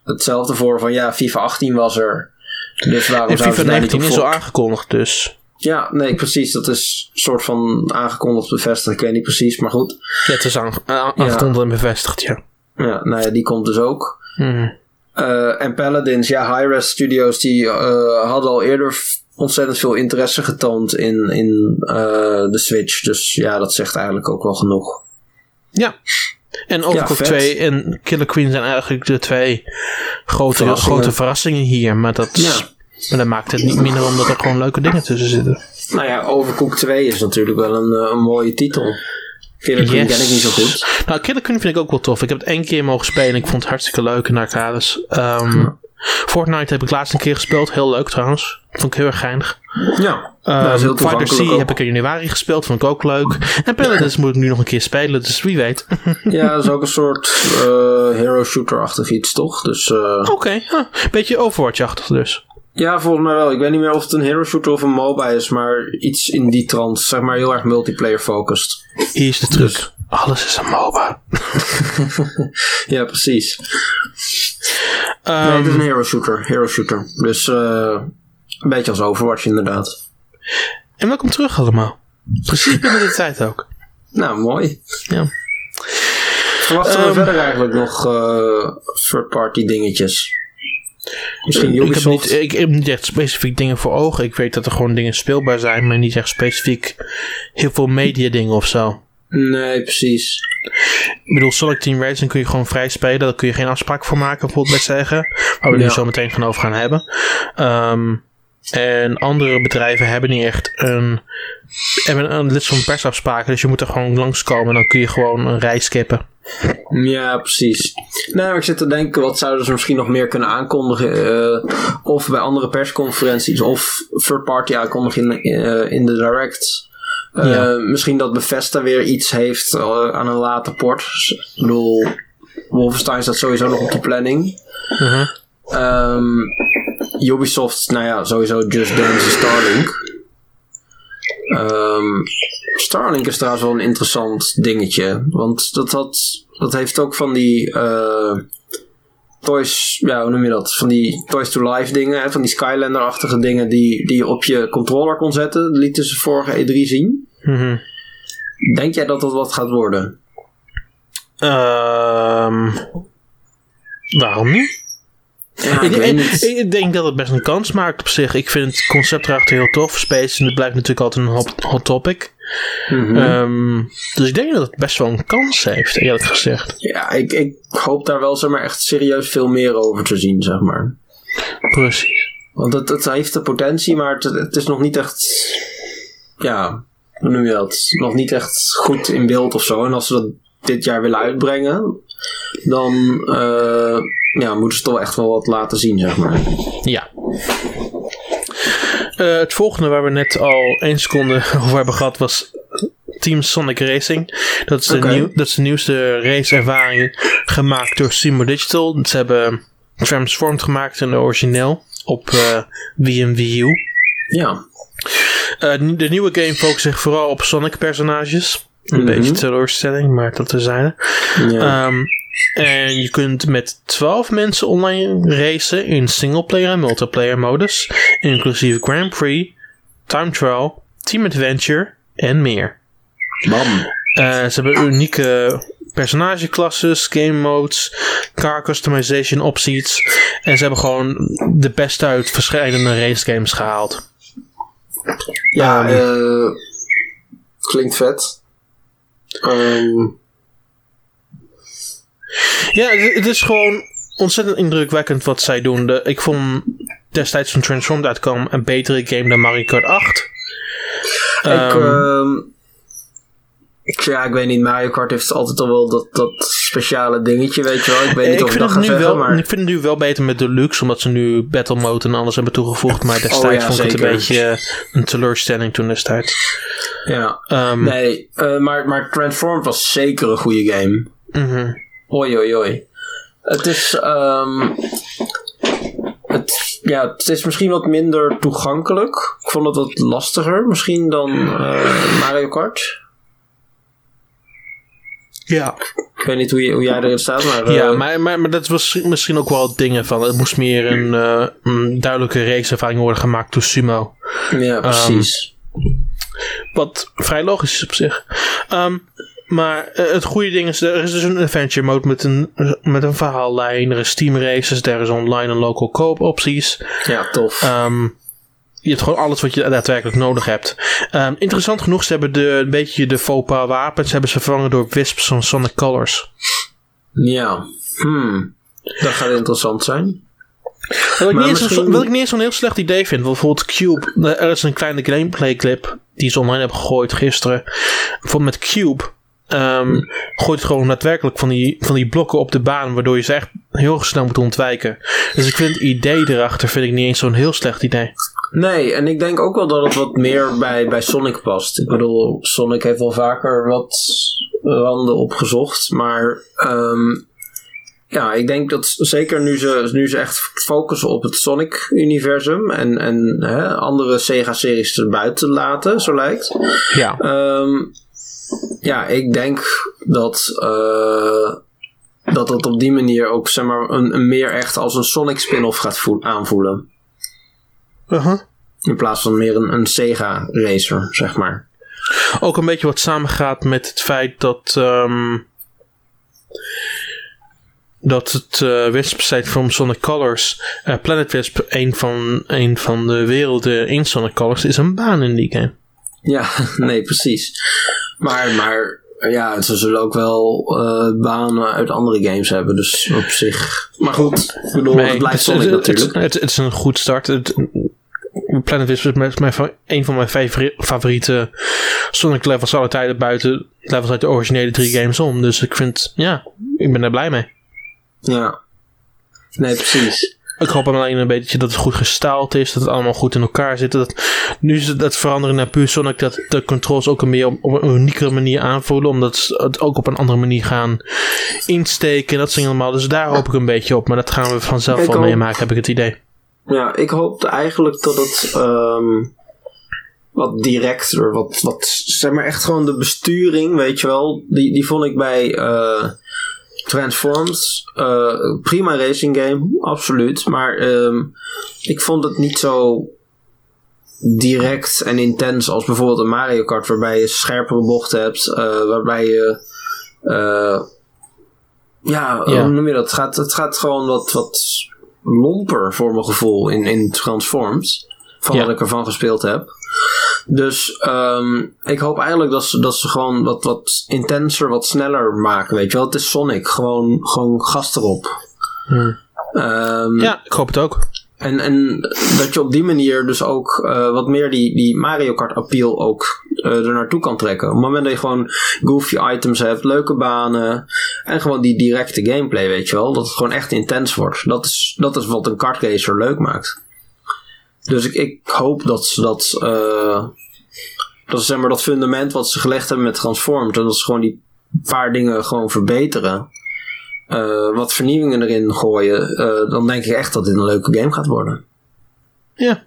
S2: hetzelfde voor van ja, FIFA achttien was er. Dus waarom
S1: en
S2: zou
S1: FIFA
S2: ze daar niet
S1: negentien
S2: op
S1: is al
S2: voor...
S1: aangekondigd dus.
S2: Ja, nee, precies. Dat is een soort van aangekondigd, bevestigd. Ik weet niet precies, maar goed.
S1: Ja, het is aange- aangekondigd ja. en bevestigd, ja.
S2: Ja, nou ja, die komt dus ook.
S1: Hmm.
S2: Uh, en Paladins, ja, Hi-Res Studios, die uh, hadden al eerder f- ontzettend veel interesse getoond in, in uh, de Switch. Dus ja, dat zegt eigenlijk ook wel genoeg.
S1: Ja. En Overcooked
S2: ja,
S1: twee en Killer Queen zijn eigenlijk de twee grote verrassingen, grote verrassingen hier. Maar dat, ja. maar dat maakt het niet minder omdat er gewoon leuke dingen tussen zitten.
S2: Nou ja, Overcooked twee is natuurlijk wel een, een mooie titel. Killer Queen yes. ken ik niet zo goed.
S1: Nou, Killer Queen vind ik ook wel tof. Ik heb het één keer mogen spelen en ik vond het hartstikke leuk in arcades. Um, ja. Fortnite heb ik laatst een keer gespeeld. Heel leuk trouwens. Vond ik heel erg geinig.
S2: Ja.
S1: Um, Fighter C heb ik in januari gespeeld. Vond ik ook leuk. En Paladins moet ik nu nog een keer spelen. Dus wie weet.
S2: Ja, dat is ook een soort uh, hero shooter-achtig iets, toch? Dus, uh...
S1: Oké. Okay. Huh. Beetje Overwatch-achtig dus.
S2: Ja, volgens mij wel. Ik weet niet meer of het een hero shooter of een MOBA is. Maar iets in die trant. Zeg maar heel erg multiplayer focused.
S1: Hier is de truc. Dus... alles is een MOBA.
S2: Ja, precies. Um, nee, het is een hero shooter. Hero shooter. Dus uh, een beetje als Overwatch inderdaad.
S1: En welkom terug allemaal. Precies binnen de tijd ook.
S2: Nou, mooi.
S1: Ja.
S2: Verwachten we um, verder eigenlijk nog uh, third party dingetjes? Misschien Ubisoft?
S1: Ik heb, niet, ik heb niet echt specifiek dingen voor ogen. Ik weet dat er gewoon dingen speelbaar zijn, maar niet echt specifiek heel veel media dingen of zo.
S2: Nee, precies.
S1: Ik bedoel, Sonic Team Racing kun je gewoon vrij spelen. Daar kun je geen afspraak voor maken, bijvoorbeeld bij Sega. Waar we ja. nu zo meteen van over gaan hebben. Um, en andere bedrijven hebben niet echt een, hebben een list van persafspraken. Dus je moet er gewoon langskomen en dan kun je gewoon een rij skippen.
S2: Ja, precies. Nou, ik zit te denken, wat zouden ze misschien nog meer kunnen aankondigen? Uh, of bij andere persconferenties. Of third party aankondigen in, uh, in de Direct. Uh, ja. Misschien dat Bethesda weer iets heeft uh, aan een late port. Ik bedoel, Wolfenstein staat sowieso nog op de planning. Uh-huh. Um, Ubisoft, nou ja, sowieso Just Dance en Starlink. Um, Starlink is trouwens wel een interessant dingetje. Want dat, had, dat heeft ook van die uh, toys, ja, hoe noem je dat? Van die Toys to Life dingen, hè? Van die Skylander-achtige dingen die, die je op je controller kon zetten. Dat lieten ze vorige E drie zien. Mm-hmm. Denk jij dat dat wat gaat worden?
S1: Um, waarom niet?
S2: Ja,
S1: ik,
S2: ik,
S1: ik, ik denk dat het best een kans maakt op zich. Ik vind het concept erachter heel tof. Space, en het blijft natuurlijk altijd een hot, hot topic. Mm-hmm. Um, dus ik denk dat het best wel een kans heeft, eerlijk gezegd.
S2: Ja, ik, ik hoop daar wel zeg maar, echt serieus veel meer over te zien, zeg maar.
S1: Precies.
S2: Want het, het heeft de potentie, maar het, het is nog niet echt... Ja, hoe noem je dat? Nog niet echt goed in beeld of zo. En als ze dat dit jaar willen uitbrengen, dan uh, ja, moeten ze toch echt wel wat laten zien, zeg maar.
S1: Ja. Uh, het volgende waar we net al één seconde over hebben gehad was Team Sonic Racing. Dat is de, okay. nieuw, dat is de nieuwste raceervaring gemaakt door Sumo Digital. Ze hebben Transformed gemaakt in de origineel op uh, Wii en Wii U.
S2: Ja.
S1: Uh, de nieuwe game focust zich vooral op Sonic personages. Een mm-hmm. beetje teleurstelling, maar dat terzijde. Ja. Um, en je kunt met twaalf mensen online racen in singleplayer en multiplayer modus. Inclusief Grand Prix, Time Trial, Team Adventure en meer.
S2: Bam.
S1: Uh, ze hebben unieke personageklasses, game modes, car customization opties. En ze hebben gewoon de beste uit verschillende racegames gehaald.
S2: Ja, um, uh, klinkt vet. Um.
S1: Ja, het, het is gewoon ontzettend indrukwekkend wat zij doen. De, ik vond destijds toen Transformed uitkwam een betere game dan Mario Kart acht.
S2: Ik, um, um, ja, ik weet niet. Mario Kart heeft altijd al wel dat, dat speciale dingetje, weet je wel. Ik weet niet
S1: ik
S2: of ik dat ga zeggen,
S1: wel,
S2: maar...
S1: Ik vind het nu wel beter met Deluxe, omdat ze nu Battle Mode en alles hebben toegevoegd. Maar destijds oh, ja, vond ik het een beetje een teleurstelling toen destijds.
S2: Ja, um, nee, uh, maar, maar Transformed was zeker een goede game.
S1: Mm-hmm.
S2: Oi, oi, oi. Het is, um, het, ja, het is misschien wat minder toegankelijk. Ik vond het wat lastiger misschien dan uh, Mario Kart.
S1: Ja.
S2: Ik weet niet hoe, je, hoe jij erin staat, maar...
S1: Ja,
S2: uh,
S1: maar, maar, maar dat was misschien ook wel dingen van... Het moest meer een, uh, een duidelijke reekservaring worden gemaakt door Sumo.
S2: Ja, precies.
S1: Um, wat vrij logisch is op zich. Um, maar uh, het goede ding is... Er is dus een adventure mode met een, met een verhaallijn. Er is team races. Er is online en local co-op opties.
S2: Ja, tof.
S1: Um, je hebt gewoon alles wat je daadwerkelijk nodig hebt. Um, interessant genoeg, ze hebben de, een beetje de faux pas wapens hebben ze vervangen door Wisps van Sonic Colors.
S2: Ja, hmm. Dat gaat interessant zijn.
S1: Wat ik, niet
S2: misschien...
S1: zo, wat ik niet eens zo'n heel slecht idee vind. Bijvoorbeeld Cube. Er is een kleine gameplay clip die ze online hebben gegooid gisteren. Bijvoorbeeld met Cube. Um, hmm. Gooit gewoon daadwerkelijk van die, van die blokken op de baan. Waardoor je ze echt heel snel moet ontwijken. Dus ik vind het idee erachter vind ik niet eens zo'n heel slecht idee.
S2: Nee, en ik denk ook wel dat het wat meer bij, bij Sonic past. Ik bedoel, Sonic heeft wel vaker wat randen opgezocht. Maar um, ja, ik denk dat zeker nu ze, nu ze echt focussen op het Sonic-universum. En, en hè, andere Sega-series erbuiten laten, zo lijkt.
S1: Ja.
S2: Um, ja, ik denk dat... Uh, dat het op die manier ook zeg maar, een, een meer echt als een Sonic spin-off gaat voel, aanvoelen.
S1: Uh-huh.
S2: In plaats van meer een, een Sega racer, zeg maar.
S1: Ook een beetje wat samengaat met het feit dat um, dat het uh, Wisp-site van Sonic Colors, uh, Planet Wisp, een van, een van de werelden in Sonic Colors, is een baan in die game.
S2: Ja, nee, precies. Maar, maar ja, ze zullen ook wel uh, banen uit andere games hebben, dus op zich. Maar goed, ik bedoel, nee, het blijft Sonic het, natuurlijk.
S1: Het, het, het is een goed start. Het, Planet Wisp is mijn, een van mijn favori- favoriete Sonic levels alle tijden buiten levels uit de originele drie games om. Dus ik vind, ja, ik ben er blij mee.
S2: Ja, nee, precies.
S1: Ik hoop alleen een beetje dat het goed gestaald is, dat het allemaal goed in elkaar zit. Dat, nu is het dat veranderen naar puur Sonic, dat de controls ook een meer op, op een uniekere manier aanvoelen, omdat ze het ook op een andere manier gaan insteken en dat soort allemaal. Dus daar hoop ik een beetje op, maar dat gaan we vanzelf ik wel hoop, meemaken, heb ik het idee.
S2: Ja, ik hoop eigenlijk dat het um, wat directer, wat, wat, zeg maar echt gewoon de besturing, weet je wel, die, die vond ik bij uh, Transformed, uh, prima racing game, absoluut, maar um, ik vond het niet zo direct en intens als bijvoorbeeld een Mario Kart, waarbij je scherpere bochten hebt, uh, waarbij je uh, ja, ja, hoe noem je dat? Het gaat, het gaat gewoon wat, wat lomper voor mijn gevoel in, in Transformed, van ja. wat ik ervan gespeeld heb. Dus um, ik hoop eigenlijk dat ze, dat ze gewoon wat, wat intenser, wat sneller maken, weet je wel. Het is Sonic, gewoon, gewoon gas erop.
S1: Hmm.
S2: Um,
S1: ja, ik hoop het ook.
S2: En, en dat je op die manier dus ook uh, wat meer die, die Mario Kart appeal ook uh, er naartoe kan trekken. Op het moment dat je gewoon goofy items hebt, leuke banen en gewoon die directe gameplay, weet je wel. Dat het gewoon echt intens wordt. Dat is, dat is wat een kartracer leuk maakt. Dus ik, ik hoop dat ze dat, uh, dat ze zeg maar dat fundament wat ze gelegd hebben met Transformed, en dat ze gewoon die paar dingen gewoon verbeteren. Uh, wat vernieuwingen erin gooien, uh, dan denk ik echt dat dit een leuke game gaat worden.
S1: Ja.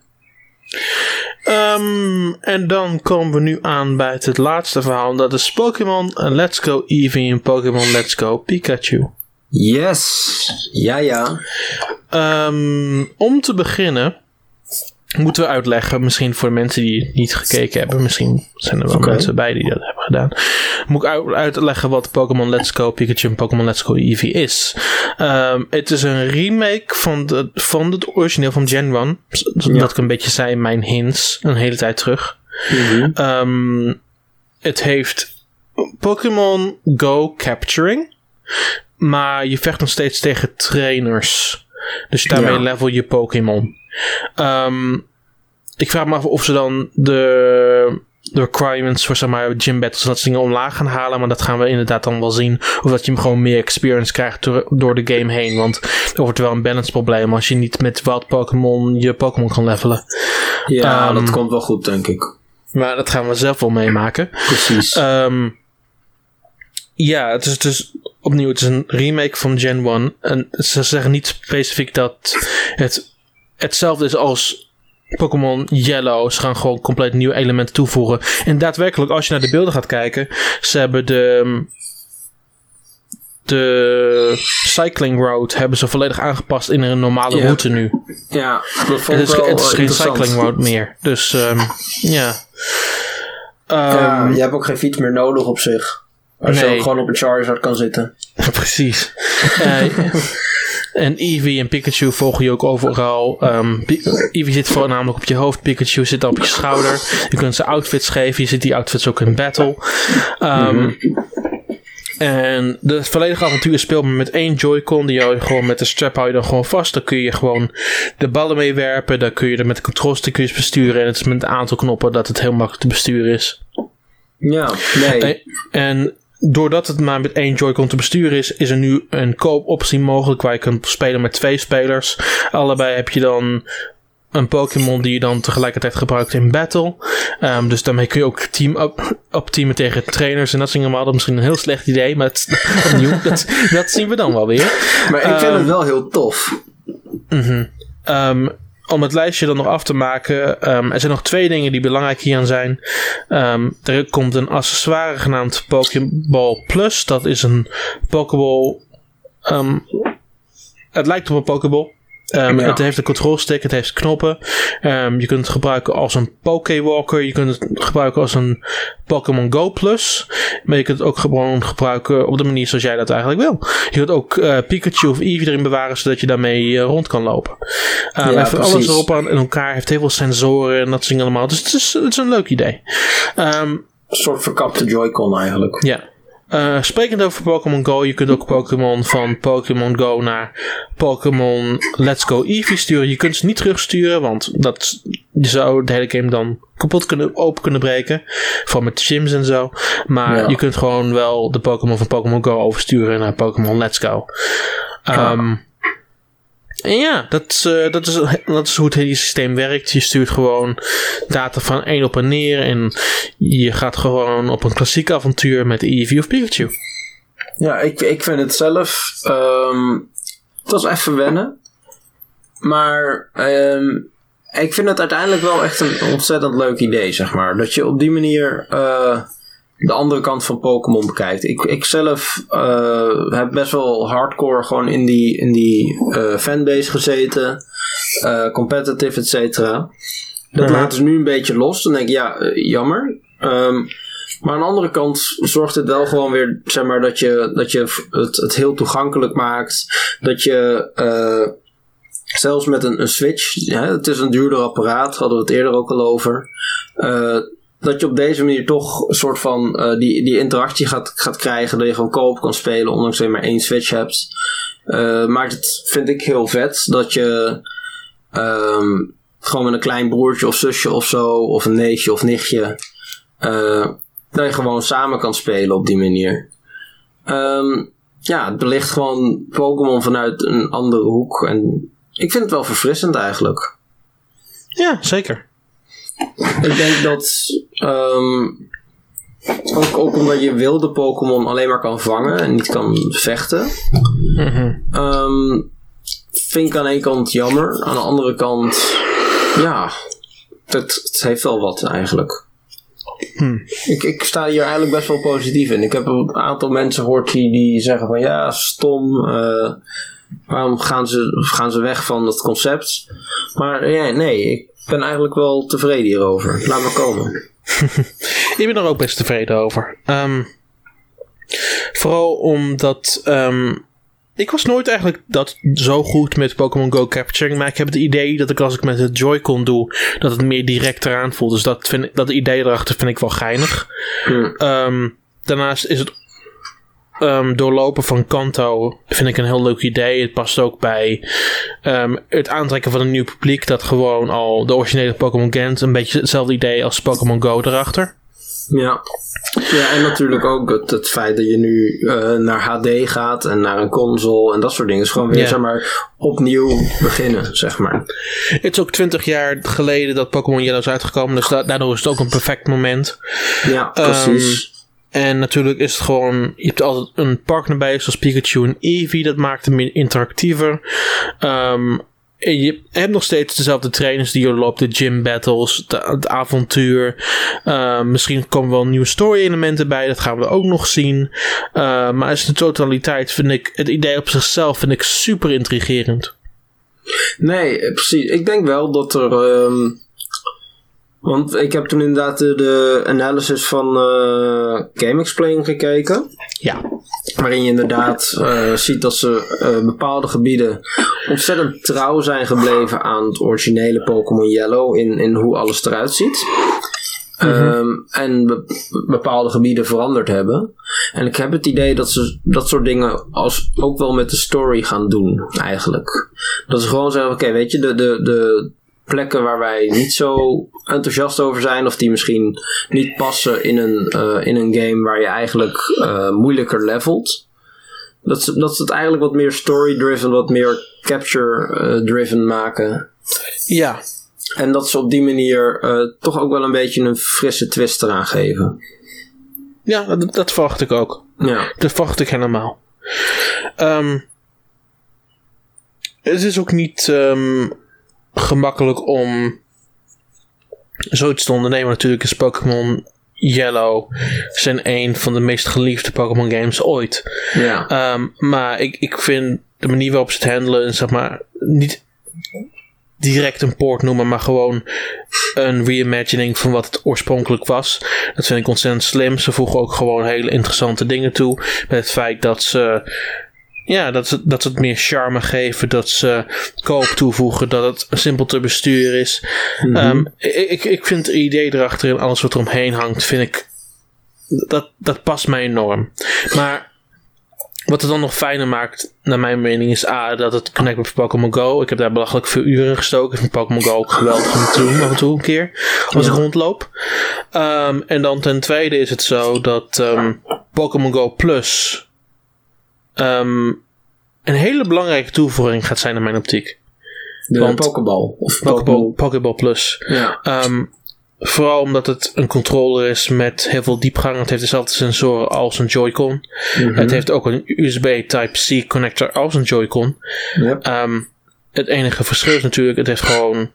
S1: Um, en dan komen we nu aan bij het laatste verhaal. Dat is Pokémon Let's Go Eevee en Pokémon Let's Go Pikachu.
S2: Yes! Ja, ja.
S1: Um, om te beginnen moeten we uitleggen, misschien voor de mensen die niet gekeken hebben, misschien zijn er wel okay. mensen bij die dat hebben gedaan, moet ik uitleggen wat Pokémon Let's Go Pikachu en Pokémon Let's Go Eevee is. Um, het is een remake van, de, van het origineel van Gen one, ja. dat ik een beetje zei in mijn hints, een hele tijd terug. Mm-hmm. Um, het heeft Pokémon Go Capturing, maar je vecht nog steeds tegen trainers. Dus daarmee ja. level je Pokémon. Um, ik vraag me af of ze dan de, de requirements voor zeg maar gym battles en dat dingen omlaag gaan halen. Maar dat gaan we inderdaad dan wel zien. Of dat je hem gewoon meer experience krijgt door, door de game heen. Want er wordt wel een balance probleem als je niet met wild Pokémon je Pokémon kan levelen.
S2: Ja, um, dat komt wel goed, denk ik.
S1: Maar dat gaan we zelf wel meemaken.
S2: Precies.
S1: Um, ja, het is dus opnieuw, het is een remake van Gen one. En ze zeggen niet specifiek dat het hetzelfde is als Pokémon Yellow. Ze gaan gewoon compleet nieuwe elementen toevoegen. En daadwerkelijk, als je naar de beelden gaat kijken, ze hebben de de cycling road hebben ze volledig aangepast in een normale yeah. route nu.
S2: Ja, dat vond ik
S1: het is,
S2: wel
S1: het is geen
S2: cycling
S1: road meer. Dus um, ja. Um,
S2: ja, je hebt ook geen fiets meer nodig op zich. Als nee. je ook gewoon op een Charizard kan zitten.
S1: Precies. uh, en Eevee en Pikachu volgen je ook overal. Um, Eevee zit voornamelijk op je hoofd. Pikachu zit op je schouder. Je kunt ze outfits geven. Je ziet die outfits ook in battle. Um, mm-hmm. En de volledige avontuur speelt met één Joy-Con. Die hou je gewoon met de strap hou je dan gewoon vast. Dan kun je gewoon de ballen mee werpen. Dan kun je er met de controlsticks besturen. En het is met een aantal knoppen dat het heel makkelijk te besturen is.
S2: Ja, nee.
S1: En, en doordat het maar met één Joy-Con te besturen is, is er nu een koop-optie mogelijk waar je kunt spelen met twee spelers. Allebei heb je dan een Pokémon die je dan tegelijkertijd gebruikt in battle. Um, dus daarmee kun je ook team up, opteamen tegen trainers en dat soort dingen. Dat is misschien een heel slecht idee, maar het, opnieuw, dat, dat zien we dan wel weer.
S2: Maar ik vind um, het wel heel tof.
S1: Mm-hmm. Um, om het lijstje dan nog af te maken, um, er zijn nog twee dingen die belangrijk hieraan zijn. Um, er komt een accessoire genaamd Pokéball Plus. Dat is een Pokéball. Um, het lijkt op een Pokéball. Um, ja. Het heeft een controlstick, het heeft knoppen. Um, je kunt het gebruiken als een Pokéwalker. Je kunt het gebruiken als een Pokémon Go Plus. Maar je kunt het ook gewoon gebruiken op de manier zoals jij dat eigenlijk wil. Je kunt ook uh, Pikachu of Eevee erin bewaren, zodat je daarmee uh, rond kan lopen. Um, ja, even alles erop aan in elkaar. Heeft heel veel sensoren en dat soort allemaal. Dus het is, het is een leuk idee. Um,
S2: een soort verkapte Joy-Con eigenlijk.
S1: Ja. Uh, sprekend over Pokémon Go, je kunt ook Pokémon van Pokémon Go naar Pokémon Let's Go Eevee sturen. Je kunt ze niet terugsturen, want dat, je zou de hele game dan kapot kunnen, open kunnen breken. Vooral met gyms en zo. Maar ja. je kunt gewoon wel de Pokémon van Pokémon Go oversturen naar Pokémon Let's Go. Um, ja. En ja, dat, uh, dat, is, dat is hoe het hele systeem werkt. Je stuurt gewoon data van één op en neer. En je gaat gewoon op een klassiek avontuur met Eevee of Pikachu.
S2: Ja, ik, ik vind het zelf... Um, het was even wennen. Maar um, ik vind het uiteindelijk wel echt een ontzettend leuk idee, zeg maar. Dat je op die manier... Uh, de andere kant van Pokémon bekijkt. Ik, ik zelf uh, heb best wel hardcore gewoon in die, in die uh, fanbase gezeten. Uh, competitive, et cetera. Dat uh-huh. laten ze nu een beetje los. Dan denk ik, ja, uh, jammer. Um, maar aan de andere kant zorgt het wel gewoon weer, zeg maar, dat je, dat je het, het heel toegankelijk maakt. Dat je... Uh, zelfs met een, een Switch, hè, het is een duurder apparaat, hadden we het eerder ook al over. Uh, dat je op deze manier toch een soort van uh, die, die interactie gaat, gaat krijgen. Dat je gewoon co-op kan spelen, ondanks dat je maar één Switch hebt. Uh, maakt het, vind ik, heel vet. Dat je um, gewoon met een klein broertje of zusje of zo, of een neefje of nichtje, uh, dat je gewoon samen kan spelen op die manier. Um, ja, het belicht gewoon Pokémon vanuit een andere hoek. En ik vind het wel verfrissend eigenlijk.
S1: Ja, zeker.
S2: Ik denk dat um, ook, ook omdat je wilde Pokémon alleen maar kan vangen en niet kan vechten. Mm-hmm. Um, vind ik aan één kant jammer. Aan de andere kant, ja, het, het heeft wel wat eigenlijk. Hmm. Ik, ik sta hier eigenlijk best wel positief in. Ik heb een aantal mensen gehoord die, die zeggen van ja, stom. Uh, waarom gaan ze, gaan ze weg van het concept? Maar ja, nee, ik ben eigenlijk wel tevreden hierover. Laat maar komen.
S1: Ik ben er ook best tevreden over. Um, vooral omdat um, ik was nooit eigenlijk dat zo goed met Pokémon Go Capturing, maar ik heb het idee dat ik als ik met het Joy-Con doe, dat het meer direct eraan voelt. Dus dat, vind, dat idee erachter vind ik wel geinig. Hmm. Um, daarnaast is het Um, doorlopen van Kanto vind ik een heel leuk idee. Het past ook bij um, het aantrekken van een nieuw publiek dat gewoon al de originele Pokémon kent. Een beetje hetzelfde idee als Pokémon Go erachter.
S2: Ja, ja en natuurlijk ook het, het feit dat je nu uh, naar H D gaat en naar een console en dat soort dingen. Is gewoon weer, yeah. zeg maar, opnieuw beginnen, zeg maar.
S1: Het is ook twintig jaar geleden dat Pokémon Yellow is uitgekomen, dus da- daardoor is het ook een perfect moment.
S2: Ja, precies. Um,
S1: En natuurlijk is het gewoon, je hebt altijd een partner bij, zoals Pikachu en Eevee, dat maakt het meer interactiever. Um, je hebt nog steeds dezelfde trainers die je loopt, de gym battles, de, het avontuur. Uh, misschien komen wel nieuwe story elementen bij, dat gaan we ook nog zien. Uh, maar als de totaliteit vind ik, het idee op zichzelf vind ik super intrigerend.
S2: Nee, precies. Ik denk wel dat er... Um, want ik heb toen inderdaad de, de analysis van uh, GameXplain gekeken.
S1: Ja.
S2: Waarin je inderdaad uh, ziet dat ze uh, bepaalde gebieden ontzettend trouw zijn gebleven aan het originele Pokémon Yellow in, in hoe alles eruit ziet. Mm-hmm. Um, en be- bepaalde gebieden veranderd hebben. En ik heb het idee dat ze dat soort dingen als ook wel met de story gaan doen, eigenlijk. Dat ze gewoon zeggen, oké, okay, weet je, de, de, de plekken waar wij niet zo enthousiast over zijn, of die misschien niet passen in een, uh, in een game waar je eigenlijk uh, moeilijker levelt. Dat ze, dat ze het eigenlijk wat meer story-driven, wat meer capture-driven maken.
S1: Ja.
S2: En dat ze op die manier uh, toch ook wel een beetje een frisse twist eraan geven.
S1: Ja, dat, dat verwacht ik ook.
S2: Ja.
S1: Dat verwacht ik helemaal. Um, het is ook niet um, gemakkelijk om zoiets te ondernemen. Natuurlijk is Pokémon Yellow zijn een van de meest geliefde Pokémon games ooit.
S2: Ja.
S1: Um, maar ik, ik vind de manier waarop ze het handelen, zeg maar, niet direct een port noemen, maar gewoon een reimagining van wat het oorspronkelijk was. Dat vind ik ontzettend slim. Ze voegen ook gewoon hele interessante dingen toe. Met het feit dat ze ja, dat ze, dat ze het meer charme geven, dat ze koop toevoegen, dat het simpel te besturen is. Mm-hmm. Um, ik, ik vind het idee erachter en alles wat er omheen hangt, vind ik dat, dat past mij enorm. Maar wat het dan nog fijner maakt, naar mijn mening, is A, dat het connect met Pokémon Go. Ik heb daar belachelijk veel uren in gestoken. Ik vind Pokémon Go ook geweldig om te doen, af en toe een keer, als ja. ik rondloop. Um, en dan ten tweede is het zo dat um, Pokémon Go Plus um, een hele belangrijke toevoeging gaat zijn in mijn optiek.
S2: De Want Pokéball. Of
S1: Pokéball, Pokéball Plus.
S2: Ja.
S1: Um, Vooral omdat het een controller is met heel veel diepgang. Het heeft dezelfde sensoren als een Joy-Con. Mm-hmm. Het heeft ook een U S B Type-C connector als een Joy-Con.
S2: Yep.
S1: Um, het enige verschil is natuurlijk, het heeft gewoon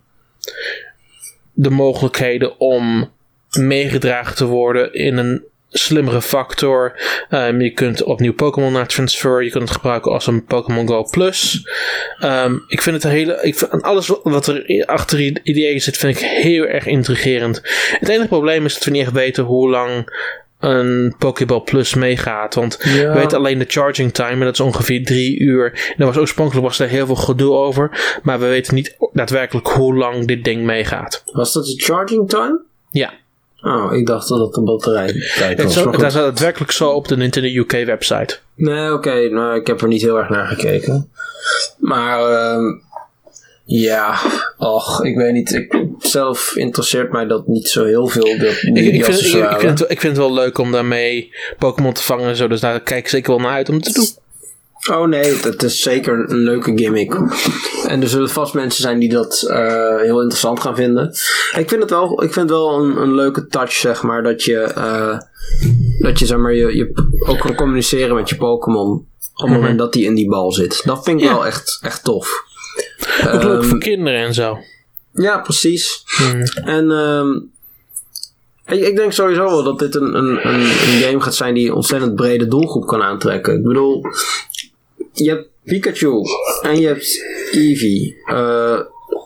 S1: de mogelijkheden om meegedragen te worden in een slimmere factor. Um, je kunt opnieuw Pokémon naar transfer. Je kunt het gebruiken als een Pokémon Go Plus. Um, ik vind het een hele... Ik vind, alles wat er achter het idee zit, vind ik heel erg intrigerend. Het enige probleem is dat we niet echt weten hoe lang een Pokéball Plus meegaat. Want ja. we weten alleen de charging time. En dat is ongeveer drie uur. En er was oorspronkelijk was er heel veel gedoe over. Maar we weten niet daadwerkelijk hoe lang dit ding meegaat.
S2: Was dat de charging time?
S1: Ja.
S2: Oh, ik dacht dat het een batterijtijd was.
S1: Het staat daadwerkelijk zo op de Nintendo U K website.
S2: Nee, oké. Okay, nou, ik heb er niet heel erg naar gekeken. Maar, um, ja, och, ik weet niet. Ik, zelf interesseert mij dat niet zo heel veel. Dat,
S1: ik, ik, vind, ik, ik, vind het, ik vind het wel leuk om daarmee Pokémon te vangen en zo. Dus daar kijk ik zeker wel naar uit om het te doen.
S2: Oh nee, dat is zeker een leuke gimmick. En er zullen vast mensen zijn die dat uh, heel interessant gaan vinden. Ik vind het wel, ik vind het wel een, een leuke touch, zeg maar, dat je, uh, dat je, zeg maar, je, je ook kan communiceren met je Pokémon op het mm-hmm. moment dat die in die bal zit. Dat vind ik ja. wel echt, echt tof.
S1: Ook um, leuk voor kinderen en zo.
S2: Ja, precies.
S1: Mm.
S2: En um, ik, ik denk sowieso wel dat dit een, een, een, een game gaat zijn die een ontzettend brede doelgroep kan aantrekken. Ik bedoel, je hebt Pikachu en je hebt Eevee. Uh,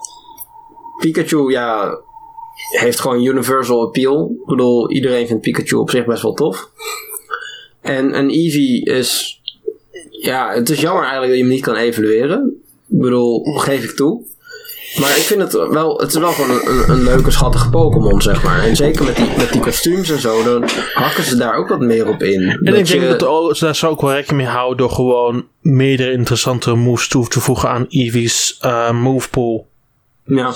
S2: Pikachu, ja, heeft gewoon universal appeal. Ik bedoel, iedereen vindt Pikachu op zich best wel tof. En, en Eevee is, ja, het is jammer eigenlijk dat je hem niet kan evalueren. Ik bedoel, geef ik toe. Maar ik vind het wel, het is wel gewoon een, een, een leuke, schattige Pokémon, zeg maar. En zeker met die, met die kostuums en zo, dan hakken ze daar ook wat meer op in.
S1: En dat ik denk je, dat ze daar zou ook wel rekening mee houden door gewoon meerdere interessante moves toe te voegen aan Eevee's uh, movepool.
S2: Ja.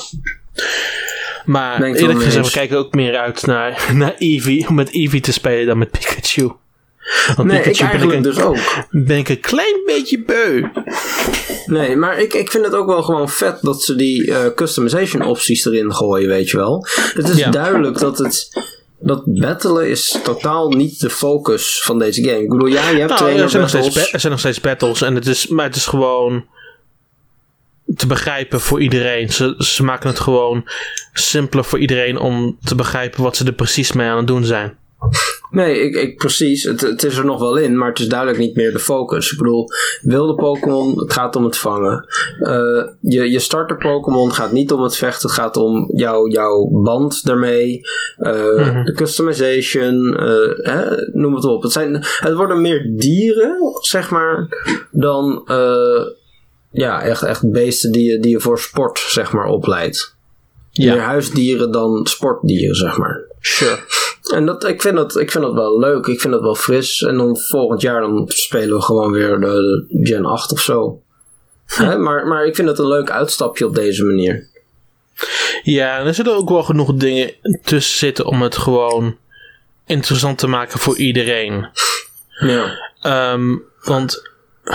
S1: Maar denk eerlijk gezegd, we kijken ook meer uit naar, naar Eevee, om met Eevee te spelen dan met Pikachu. Want
S2: nee,
S1: Pikachu
S2: ik eigenlijk
S1: ben ik een,
S2: dus ook.
S1: Ben ik een klein beetje beu.
S2: Nee, maar ik, ik vind het ook wel gewoon vet dat ze die uh, customization opties erin gooien, weet je wel. Het is ja. duidelijk dat het... Dat battlen is totaal niet de focus van deze game. Ik bedoel, ja, je hebt
S1: nou,
S2: trainer
S1: er zijn
S2: battles.
S1: Nog steeds, er zijn nog steeds battles, en het is, maar het is gewoon... te begrijpen voor iedereen. Ze, ze maken het gewoon simpeler voor iedereen om te begrijpen wat ze er precies mee aan het doen zijn.
S2: Nee, ik, ik, precies. Het, het is er nog wel in, maar het is duidelijk niet meer de focus. Ik bedoel, wilde Pokémon, het gaat om het vangen. Uh, je, je starter Pokémon gaat niet om het vechten, het gaat om jou, jouw band daarmee. Uh, mm-hmm. De customization, uh, hè, noem het op. Het, zijn, het worden meer dieren, zeg maar, dan uh, ja, echt, echt beesten die je, die je voor sport, zeg maar, opleidt. Ja. Meer huisdieren dan sportdieren, zeg maar.
S1: Sure.
S2: En dat, ik, vind dat, ik vind dat wel leuk. Ik vind dat wel fris. En dan volgend jaar dan spelen we gewoon weer de, de Gen acht of zo. Hm. Hè? Maar, maar ik vind het een leuk uitstapje op deze manier.
S1: Ja, en er zullen ook wel genoeg dingen tussen zitten om het gewoon interessant te maken voor iedereen.
S2: Ja.
S1: Um, want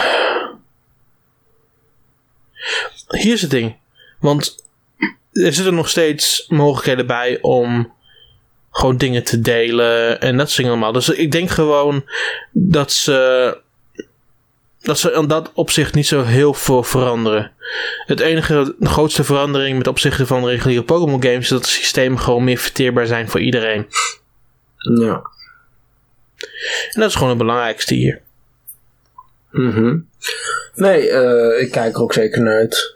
S1: hier is het ding. Want er zitten nog steeds mogelijkheden bij om gewoon dingen te delen en dat soort dingen allemaal. Dus ik denk gewoon dat ze dat ze in dat opzicht niet zo heel veel veranderen. Het enige, de grootste verandering met opzichte van reguliere Pokémon games is dat de systemen gewoon meer verteerbaar zijn voor iedereen.
S2: Ja.
S1: En dat is gewoon het belangrijkste hier.
S2: Mm-hmm. Nee, uh, ik kijk er ook zeker naar uit.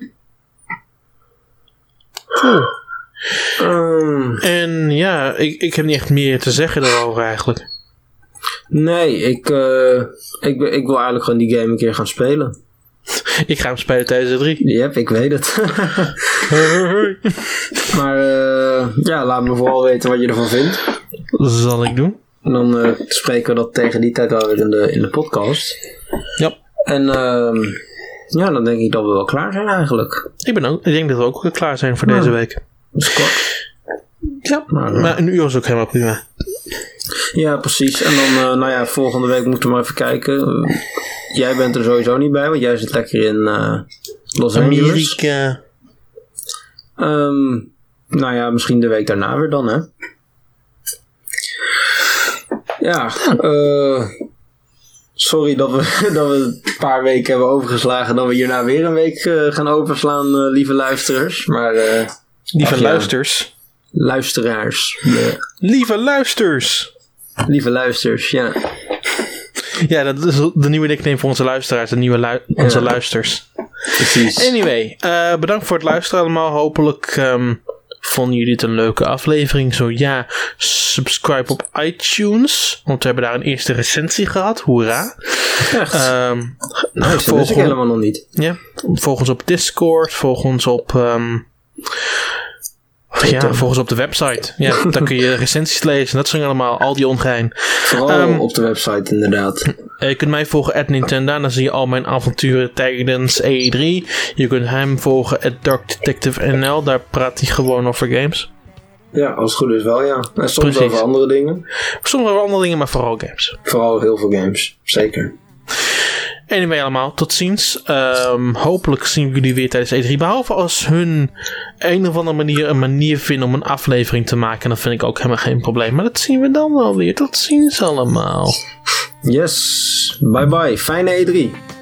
S1: Cool. Um, en ja, ik, ik heb niet echt meer te zeggen daarover eigenlijk.
S2: Nee, ik, uh, ik, ik wil eigenlijk gewoon die game een keer gaan spelen.
S1: Ik ga hem spelen tijdens de drie.
S2: Yep, ik weet het. Maar uh, ja, laat me vooral weten wat je ervan vindt.
S1: Zal ik doen.
S2: En dan uh, spreken we dat tegen die tijd wel weer in de, in de podcast.
S1: Ja.
S2: En uh, ja, dan denk ik dat we wel klaar zijn eigenlijk.
S1: Ik ben ook. Ik denk dat we ook klaar zijn voor ja. deze week.
S2: Dat is kort.
S1: Ja, maar, uh, maar een uur is ook helemaal prima.
S2: Ja, precies. En dan, uh, nou ja, volgende week moeten we maar even kijken. Uh, jij bent er sowieso niet bij, want jij zit lekker in uh, Los Angeles.
S1: Amerika.
S2: Um, nou ja, misschien de week daarna weer dan, hè? Ja, uh, sorry dat we, dat we een paar weken hebben overgeslagen. Dat we hierna weer een week uh, gaan overslaan, uh, lieve luisteraars. Maar, uh,
S1: lieve ach, luisters.
S2: Ja. Luisteraars. Yeah.
S1: Lieve luisters.
S2: Lieve luisters, ja.
S1: Ja, dat is de nieuwe nickname voor onze luisteraars. De nieuwe lu- onze ja. luisters.
S2: Precies.
S1: Anyway, uh, bedankt voor het luisteren allemaal. Hopelijk um, vonden jullie het een leuke aflevering. Zo ja, subscribe op iTunes. Want we hebben daar een eerste recensie gehad. Hoera.
S2: Echt?
S1: Um,
S2: nou, dat wist ik helemaal nog niet.
S1: Ja, volg ons op Discord. Volg ons op... Um, Ja, volgens op de website. Ja, dan kun je recensies lezen. Dat zijn allemaal al die ongein.
S2: Vooral um, op de website inderdaad.
S1: Je kunt mij volgen at Nintendo. Dan zie je al mijn avonturen tijdens E drie. Je kunt hem volgen at Dark Detective N L. Daar praat hij gewoon over games.
S2: Ja, als het goed is wel, ja. En soms Precies. over andere dingen.
S1: Soms over andere dingen, maar vooral games.
S2: Vooral heel veel games. Zeker.
S1: Anyway allemaal, tot ziens. Um, hopelijk zien we jullie weer tijdens E drie. Behalve als hun een of andere manier een manier vinden om een aflevering te maken. Dan vind ik ook helemaal geen probleem. Maar dat zien we dan wel weer. Tot ziens allemaal.
S2: Yes. Bye bye. Fijne E drie.